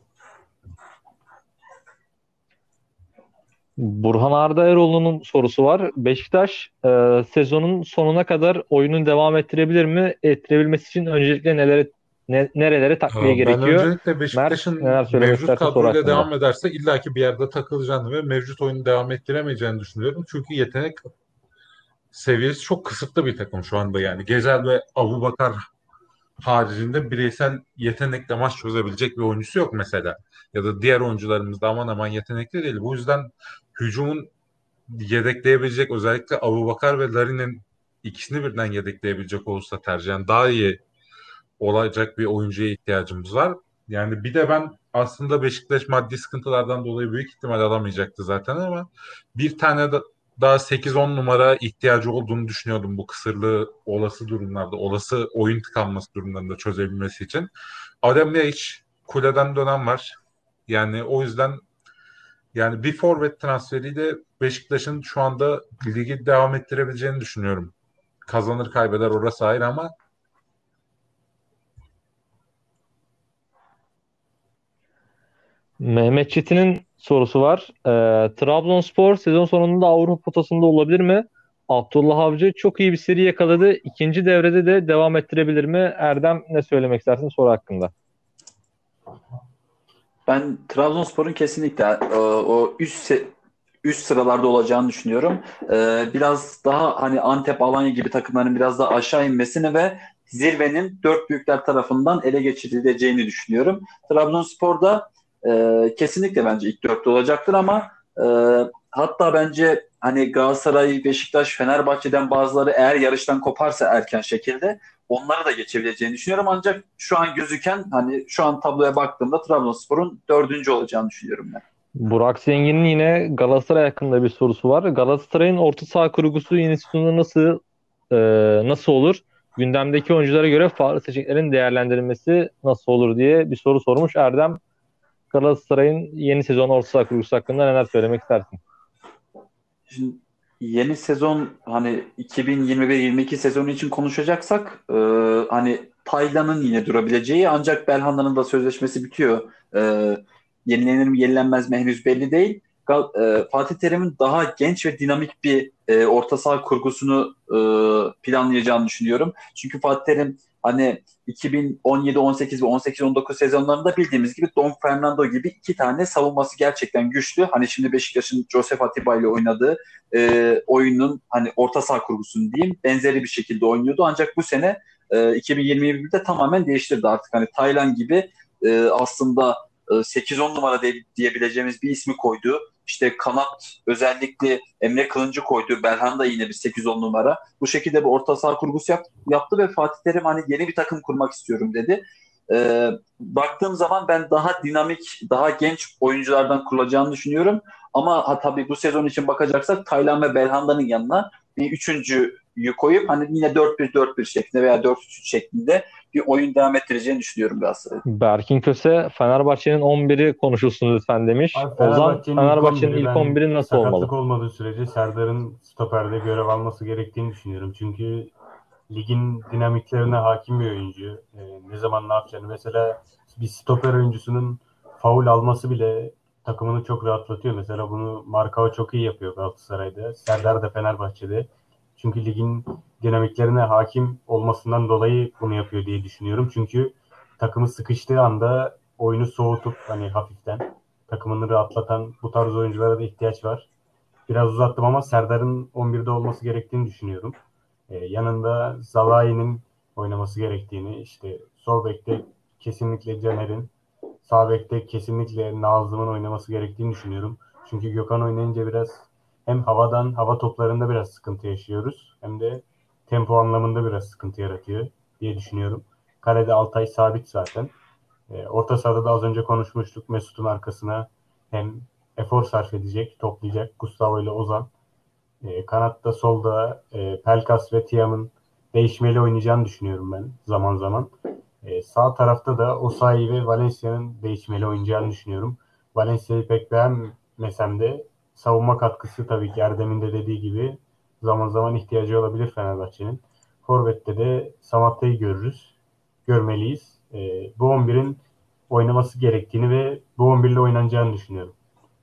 [SPEAKER 1] Burhan Arda Eroğlu'nun sorusu var. Beşiktaş sezonun sonuna kadar oyunu devam ettirebilir mi? Ettirebilmesi için öncelikle nerelere takviye
[SPEAKER 3] Ben
[SPEAKER 1] gerekiyor?
[SPEAKER 3] öncelikle
[SPEAKER 1] Mert,
[SPEAKER 3] Beşiktaş'ın
[SPEAKER 1] neler söylemek
[SPEAKER 3] mevcut
[SPEAKER 1] istersin soru
[SPEAKER 3] kadroyla
[SPEAKER 1] hakkında?
[SPEAKER 3] devam ederse illaki bir yerde takılacağını ve mevcut oyunu devam ettiremeyeceğini düşünüyorum. Çünkü yetenek seviyesi çok kısıtlı bir takım şu anda yani. Gezel ve Abubakar haricinde bireysel yetenekle maç çözebilecek bir oyuncusu yok mesela. Ya da diğer oyuncularımız da aman aman yetenekli değil. Bu yüzden hücumun yedekleyebilecek özellikle Abubakar ve Larin'in ikisini birden yedekleyebilecek olursa tercihen daha iyi olacak bir oyuncuya ihtiyacımız var. Yani bir de ben aslında Beşiktaş maddi sıkıntılardan dolayı büyük ihtimal alamayacaktı zaten ama bir tane daha 8-10 numara ihtiyacı olduğunu düşünüyordum bu kısırlığı olası durumlarda, olası oyun tıkanması durumlarında çözebilmesi için. Adem Laiç kuleden dönem var. Yani o yüzden yani bir forvet transferiyle Beşiktaş'ın şu anda ligi devam ettirebileceğini düşünüyorum. Kazanır kaybeder orası ayrı ama
[SPEAKER 1] Mehmet Çetin'in sorusu var. Trabzonspor sezon sonunda Avrupa potasında olabilir mi? Abdullah Avcı çok iyi bir seri yakaladı. İkinci devrede de devam ettirebilir mi? Erdem, ne söylemek istersin soru hakkında?
[SPEAKER 4] Ben Trabzonspor'un kesinlikle o üst sıralarda olacağını düşünüyorum. Biraz daha hani Antep, Alanya gibi takımların biraz daha aşağı inmesini ve zirvenin dört büyükler tarafından ele geçirileceğini düşünüyorum. Trabzonspor'da kesinlikle bence ilk dörtte olacaktır ama e, hatta bence hani Galatasaray, Beşiktaş, Fenerbahçe'den bazıları eğer yarıştan koparsa erken şekilde onları da geçebileceğini düşünüyorum. Ancak şu an gözüken hani şu an tabloya baktığımda Trabzonspor'un dördüncü olacağını düşünüyorum ben.
[SPEAKER 1] Burak Zengin'in yine Galatasaray hakkında bir sorusu var. Galatasaray'ın orta saha kurgusu yeni sezonda nasıl olur? Gündemdeki oyunculara göre farklı seçeneklerin değerlendirilmesi nasıl olur diye bir soru sormuş. Erdem, Galatasaray'ın yeni sezon orta saha kurgusu hakkında neler söylemek istersin?
[SPEAKER 4] Şimdi yeni sezon hani 2021-22 sezonu için konuşacaksak hani Taylan'ın yine durabileceği ancak Belhanda'nın da sözleşmesi bitiyor. Yenilenir mi yenilenmez mi henüz belli değil. Fatih Terim'in daha genç ve dinamik bir orta saha kurgusunu planlayacağını düşünüyorum. Çünkü Fatih Terim hani 2017, 18 ve 18-19 sezonlarında bildiğimiz gibi Don Fernando gibi iki tane savunması gerçekten güçlü. Hani şimdi Beşiktaş'ın Josef Atiba ile oynadığı oyunun hani orta saha kurgusunu diyeyim benzeri bir şekilde oynuyordu. Ancak bu sene 2021'de tamamen değiştirdi artık. Hani Taylan gibi aslında 8-10 numara diyebileceğimiz bir ismi koydu. İşte kanat özellikle Emre Kılıncı koydu. Belhanda da yine bir 8-10 numara. Bu şekilde bir orta saha kurgusu yaptı ve Fatih Terim hani yeni bir takım kurmak istiyorum dedi. Baktığım zaman ben daha dinamik, daha genç oyunculardan kurulacağını düşünüyorum. Ama tabii bu sezon için bakacaksak Taylan ve Belhanda'nın yanına bir üçüncüyü koyup hani yine 4-1-4-1 şeklinde veya 4-3 şeklinde bir oyun devam ettireceğini düşünüyorum Galatasaray'ın.
[SPEAKER 1] Berkin Köse Fenerbahçe'nin 11'i konuşulsun lütfen demiş.
[SPEAKER 2] Abi
[SPEAKER 1] Ozan
[SPEAKER 2] Fenerbahçe'nin ilk
[SPEAKER 1] Fenerbahçe'nin
[SPEAKER 2] 11'i
[SPEAKER 1] ilk
[SPEAKER 2] ben
[SPEAKER 1] 11'i nasıl
[SPEAKER 2] sakatlık
[SPEAKER 1] olmalı?
[SPEAKER 2] olmadığı sürece Serdar'ın stoperde görev alması gerektiğini düşünüyorum. Çünkü ligin dinamiklerine hakim bir oyuncu. Ne zaman ne yapacağını. Mesela bir stoper oyuncusunun faul alması bile takımını çok rahatlatıyor. Mesela bunu Markao çok iyi yapıyor Galatasaray'da. Serdar da Fenerbahçe'de. Çünkü ligin dinamiklerine hakim olmasından dolayı bunu yapıyor diye düşünüyorum. Çünkü takımı sıkıştığı anda oyunu soğutup hani hafiften takımını rahatlatan bu tarz oyunculara da ihtiyaç var. Biraz uzattım ama Serdar'ın 11'de olması gerektiğini düşünüyorum. Yanında Zalai'nin oynaması gerektiğini, işte sol bekte kesinlikle Caner'in, sağ bekte kesinlikle Nazım'ın oynaması gerektiğini düşünüyorum. Çünkü Gökhan oynayınca biraz hem hava toplarında biraz sıkıntı yaşıyoruz hem de tempo anlamında biraz sıkıntı yaratıyor diye düşünüyorum. Kalede Altay sabit zaten. Orta sahada da az önce konuşmuştuk. Mesut'un arkasına hem efor sarf edecek, toplayacak Gustavo ile Ozan. Kanatta solda Pelkas ve Tiam'ın değişmeli oynayacağını düşünüyorum ben zaman zaman. Sağ tarafta da Osayi ve Valencia'nın değişmeli oynayacağını düşünüyorum. Valencia'yı pek beğenmesem de savunma katkısı tabii ki Erdem'in de dediği gibi zaman zaman ihtiyacı olabilir Fenerbahçe'nin. Forvet'te de Samatta'yı görmeliyiz. Bu 11'in oynaması gerektiğini ve bu 11 ile oynanacağını düşünüyorum.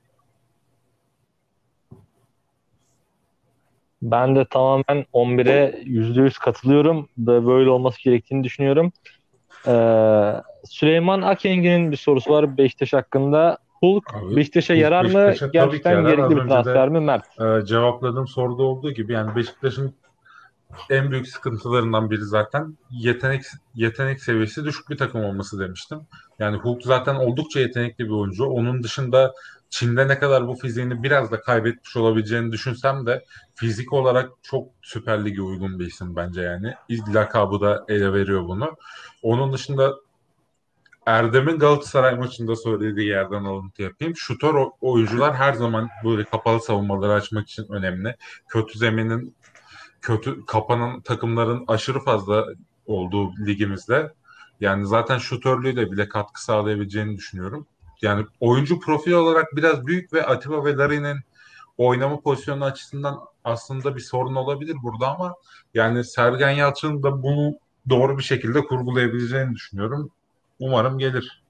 [SPEAKER 1] Ben de tamamen 11'e %100 katılıyorum ve böyle olması gerektiğini düşünüyorum. Süleyman Akengi'nin bir sorusu var Beşiktaş hakkında. Hulk
[SPEAKER 3] Abi
[SPEAKER 1] Beşiktaş'a
[SPEAKER 3] Hulk
[SPEAKER 1] yarar mı?
[SPEAKER 3] Beşiktaş'a tabii ki
[SPEAKER 1] Gerçekten
[SPEAKER 3] yarar. Az
[SPEAKER 1] gerekli bir
[SPEAKER 3] önce de
[SPEAKER 1] transfer mi Mert?
[SPEAKER 3] cevapladığım soruda olduğu gibi yani Beşiktaş'ın en büyük sıkıntılarından biri zaten yetenek seviyesi düşük bir takım olması demiştim. Yani Hulk zaten oldukça yetenekli bir oyuncu. Onun dışında Çin'de ne kadar bu fiziğini biraz da kaybetmiş olabileceğini düşünsem de fizik olarak çok Süper Lig'e uygun bir isim bence yani. Lakabı da ele veriyor bunu. Onun dışında Erdem'in Galatasaray maçında söylediği yerden alıntı yapayım. Şutör oyuncular her zaman böyle kapalı savunmaları açmak için önemli. Kötü kapanan takımların aşırı fazla olduğu ligimizde yani zaten şutörlüğü de bile katkı sağlayabileceğini düşünüyorum. Yani oyuncu profili olarak biraz büyük ve Atiba ve Larin'in oynama pozisyonu açısından aslında bir sorun olabilir burada ama yani Sergen Yalçın'ın da bunu doğru bir şekilde kurgulayabileceğini düşünüyorum. Umarım gelir.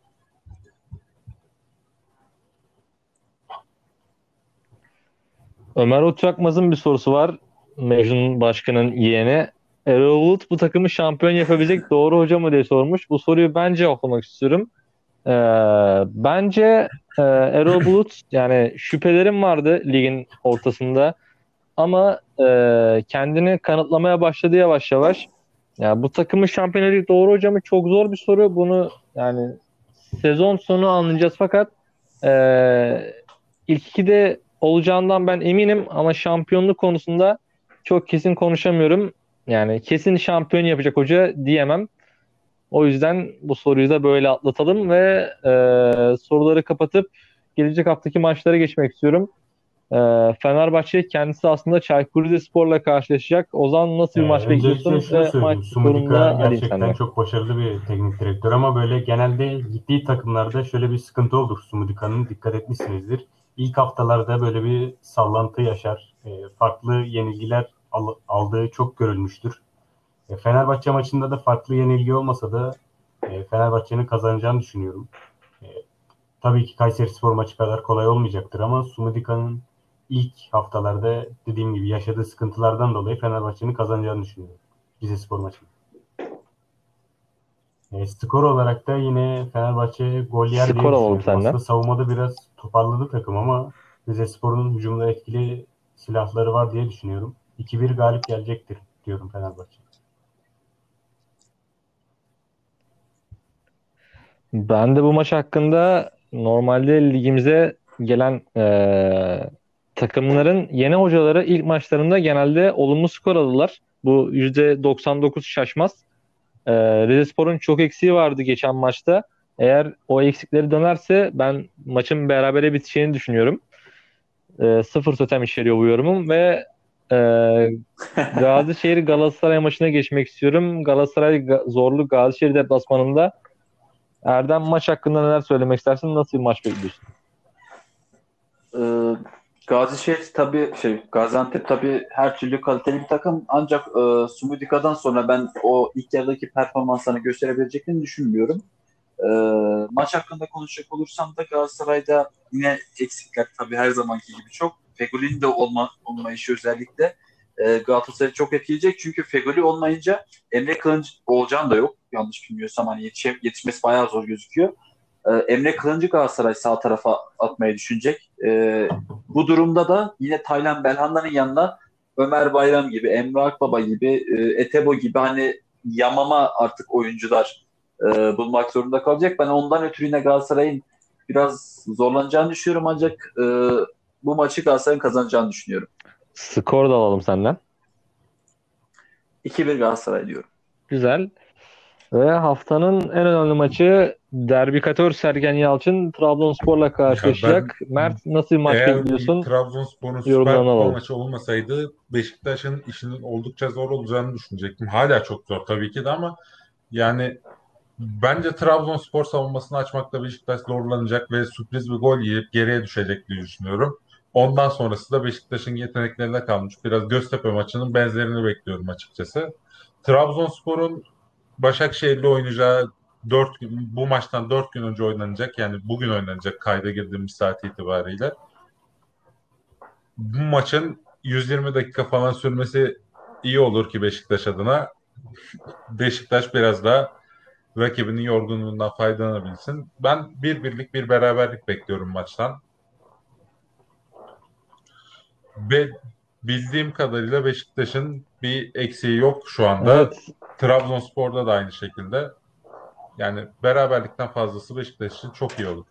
[SPEAKER 1] Ömer Uçakmaz'ın bir sorusu var. Mecnun Başkan'ın yeğeni. Erol Bulut bu takımı şampiyon yapabilecek doğru hoca mı diye sormuş. Bu soruyu ben cevaplamak istiyorum. Ee, bence Erol Bulut yani şüphelerim vardı ligin ortasında ama kendini kanıtlamaya başladı yavaş yavaş. Ya bu takımın şampiyon edecek doğru hoca mı çok zor bir soru. Bunu yani sezon sonu anlayacağız fakat e, ilk ikide olacağından ben eminim ama şampiyonluk konusunda çok kesin konuşamıyorum. Yani kesin şampiyon yapacak hoca diyemem. O yüzden bu soruyu da böyle atlatalım ve soruları kapatıp gelecek haftaki maçlara geçmek istiyorum. E, Fenerbahçe kendisi aslında Çaykur Rizespor'la karşılaşacak. Ozan nasıl bir maç
[SPEAKER 2] Öncelikle
[SPEAKER 1] bekliyorsun
[SPEAKER 2] şunu
[SPEAKER 1] ve maç
[SPEAKER 2] söyleyeyim.
[SPEAKER 1] skorunu
[SPEAKER 2] Sumudika
[SPEAKER 1] da alayım
[SPEAKER 2] gerçekten
[SPEAKER 1] senden.
[SPEAKER 2] çok başarılı bir teknik direktör ama böyle genelde gittiği takımlarda şöyle bir sıkıntı olur Sumudika'nın. Dikkat etmişsinizdir. İlk haftalarda böyle bir sallantı yaşar. Farklı yenilgiler aldığı çok görülmüştür. Fenerbahçe maçında da farklı yenilgi olmasa da Fenerbahçe'nin kazanacağını düşünüyorum. E, Tabii ki Kayserispor maçı kadar kolay olmayacaktır ama Sumudika'nın ilk haftalarda dediğim gibi yaşadığı sıkıntılardan dolayı Fenerbahçe'nin kazanacağını düşünüyorum. Rizespor maçını. Skor olarak da yine Fenerbahçe gol yer diye
[SPEAKER 1] Skor alalım
[SPEAKER 2] düşünüyorum.
[SPEAKER 1] senden.
[SPEAKER 2] Aslında savunmada biraz toparladı takım ama Rizespor'un hücumda etkili silahları var diye düşünüyorum. 2-1 galip gelecektir diyorum Fenerbahçe.
[SPEAKER 1] Ben de bu maç hakkında normalde ligimize gelen takımların yeni hocaları ilk maçlarında genelde olumlu skor alırlar. Bu %99 şaşmaz. Rizespor'un çok eksiği vardı geçen maçta. Eğer o eksikleri dönerse ben maçın berabere biteceğini düşünüyorum. Sıfır totem içeriyor bu yorumum ve e, Gazişehir Galatasaray maçına geçmek istiyorum. Galatasaray zorlu Gazişehir deplasmanında. Erdem, maç hakkında neler söylemek istersin? Nasıl bir maç bekliyorsun?
[SPEAKER 4] Ee, Gazişehir tabii Gaziantep tabii her türlü kaliteli bir takım ancak Sumudika'dan sonra ben o ilk yarıdaki performanslarını gösterebileceklerini düşünmüyorum. Maç hakkında konuşacak olursam da Galatasaray'da yine eksikler tabii her zamanki gibi çok. Fegoli'nin de olmayışı özellikle Galatasaray'ı çok etkileyecek. Çünkü Fegoli olmayınca Emre Kılınç, Oğulcan da yok. Yanlış bilmiyorsam hani yetişmesi bayağı zor gözüküyor. Emre Kılıncı Galatasaray sağ tarafa atmayı düşünecek. Bu durumda da yine Taylan Belhanda'nın yanına Ömer Bayram gibi, Emre Akbaba gibi, Etebo gibi hani yamama artık oyuncular bulmak zorunda kalacak. Ben ondan ötürü yine Galatasaray'ın biraz zorlanacağını düşünüyorum ancak bu maçı Galatasaray'ın kazanacağını düşünüyorum.
[SPEAKER 1] Skor da alalım senden.
[SPEAKER 4] 2-1 Galatasaray diyorum.
[SPEAKER 1] Güzel. Ve haftanın en önemli maçı derbikatör Sergen Yalçın Trabzonspor'la
[SPEAKER 3] Ya ben
[SPEAKER 1] karşılaşacak. Mert, nasıl bir maç
[SPEAKER 3] eğer bir
[SPEAKER 1] bekliyorsun?
[SPEAKER 3] Trabzonspor'un Süper
[SPEAKER 1] Yorumlarını
[SPEAKER 3] Kupa
[SPEAKER 1] alalım.
[SPEAKER 3] maçı olmasaydı Beşiktaş'ın işinin oldukça zor olacağını düşünecektim. Hala çok zor tabii ki de ama yani bence Trabzonspor savunmasını açmakta Beşiktaş zorlanacak ve sürpriz bir gol yiyip geriye düşecek diye düşünüyorum. Ondan sonrası da Beşiktaş'ın yeteneklerine kalmış. Biraz Göztepe maçının benzerini bekliyorum açıkçası. Trabzonspor'un Başakşehir'le oynayacağı bu maçtan 4 gün önce oynanacak, yani bugün oynanacak kayda girdiğimiz saat itibariyle. Bu maçın 120 dakika falan sürmesi iyi olur ki Beşiktaş adına. Beşiktaş biraz daha rakibinin yorgunluğundan faydalanabilsin. Ben bir birlik bir beraberlik bekliyorum maçtan. Ve bildiğim kadarıyla Beşiktaş'ın bir eksiği yok şu anda.
[SPEAKER 1] Evet,
[SPEAKER 3] Trabzonspor'da da aynı şekilde. Yani beraberlikten fazlası Beşiktaş için çok iyi olur.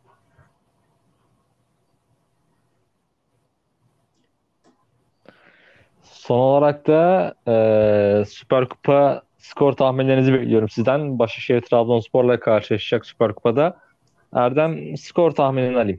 [SPEAKER 1] son olarak da Süper Kupa skor tahminlerinizi bekliyorum sizden. Başakşehir Trabzonspor'la karşılaşacak Süper Kupa'da. Erdem, skor tahminini alayım.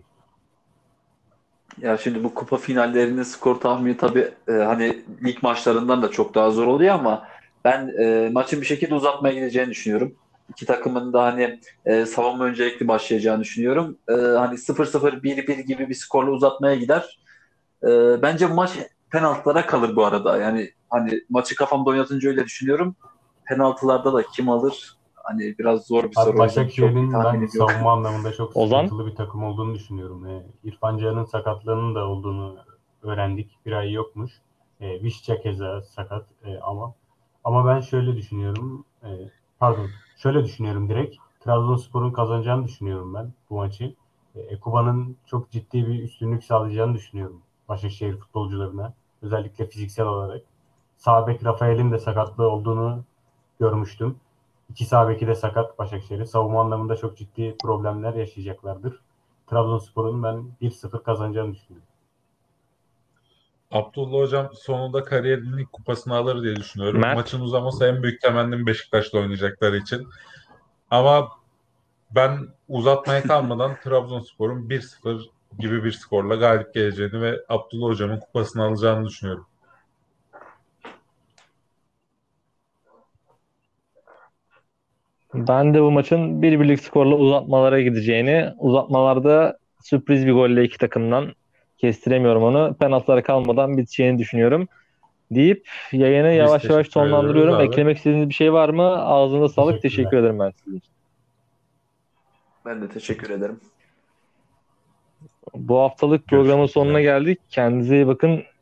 [SPEAKER 4] Ya şimdi bu kupa finallerinin skor tahmini tabii hani lig maçlarından da çok daha zor oluyor ama ben maçın bir şekilde uzatmaya gideceğini düşünüyorum. İki takımın da hani savunma öncelikli başlayacağını düşünüyorum. Hani 0-0 1-1 gibi bir skorla uzatmaya gider. Bence bu maç penaltılara kalır bu arada. Yani hani maçı kafamda oynatınca öyle düşünüyorum. Penaltılarda da kim alır? Hani biraz zor bir
[SPEAKER 2] Abi
[SPEAKER 4] soru o yüzden çok bir
[SPEAKER 2] Başakşehir'in ben
[SPEAKER 4] tahminim yok.
[SPEAKER 2] savunma anlamında çok
[SPEAKER 1] Ozan,
[SPEAKER 2] sıkıntılı bir takım olduğunu düşünüyorum. İrfan Can'ın sakatlığının da olduğunu öğrendik. Bir ay yokmuş. Vişça keza sakat ama ben şöyle düşünüyorum. Pardon, şöyle düşünüyorum direkt. Trabzonspor'un kazanacağını düşünüyorum ben bu maçı. Ekuba'nın çok ciddi bir üstünlük sağlayacağını düşünüyorum Başakşehir futbolcularına. Özellikle fiziksel olarak. Sağ bek Rafael'in de sakatlığı olduğunu görmüştüm. İki sağ beki de sakat Başakşehir'in. Savunma anlamında çok ciddi problemler yaşayacaklardır. Trabzonspor'un ben 1-0 kazanacağını düşünüyorum.
[SPEAKER 3] Abdullah Hocam sonunda kariyerinin ilk kupasını alır diye düşünüyorum.
[SPEAKER 1] Mert.
[SPEAKER 3] Maçın uzaması en büyük temennim Beşiktaş'la oynayacakları için. Ama ben uzatmaya kalmadan Trabzonspor'un 1-0 gibi bir skorla galip geleceğini ve Abdullah Hocam'ın kupasını alacağını düşünüyorum.
[SPEAKER 1] Ben de bu maçın bir birlik skorla uzatmalara gideceğini, uzatmalarda sürpriz bir golle iki takımdan kestiremiyorum onu. Penaltılara kalmadan biteceğini düşünüyorum. Deyip yayını
[SPEAKER 3] Biz
[SPEAKER 1] yavaş yavaş
[SPEAKER 3] teşekkür ediyoruz
[SPEAKER 1] sonlandırıyorum.
[SPEAKER 3] abi.
[SPEAKER 1] Eklemek istediğiniz bir şey var mı? Ağzına sağlık.
[SPEAKER 2] Teşekkürler.
[SPEAKER 1] Teşekkür ederim ben sizin için.
[SPEAKER 4] Ben de teşekkür ederim.
[SPEAKER 1] Bu haftalık programın
[SPEAKER 3] Görüşmek
[SPEAKER 1] sonuna
[SPEAKER 3] üzere.
[SPEAKER 1] geldik. Kendinize iyi bakın.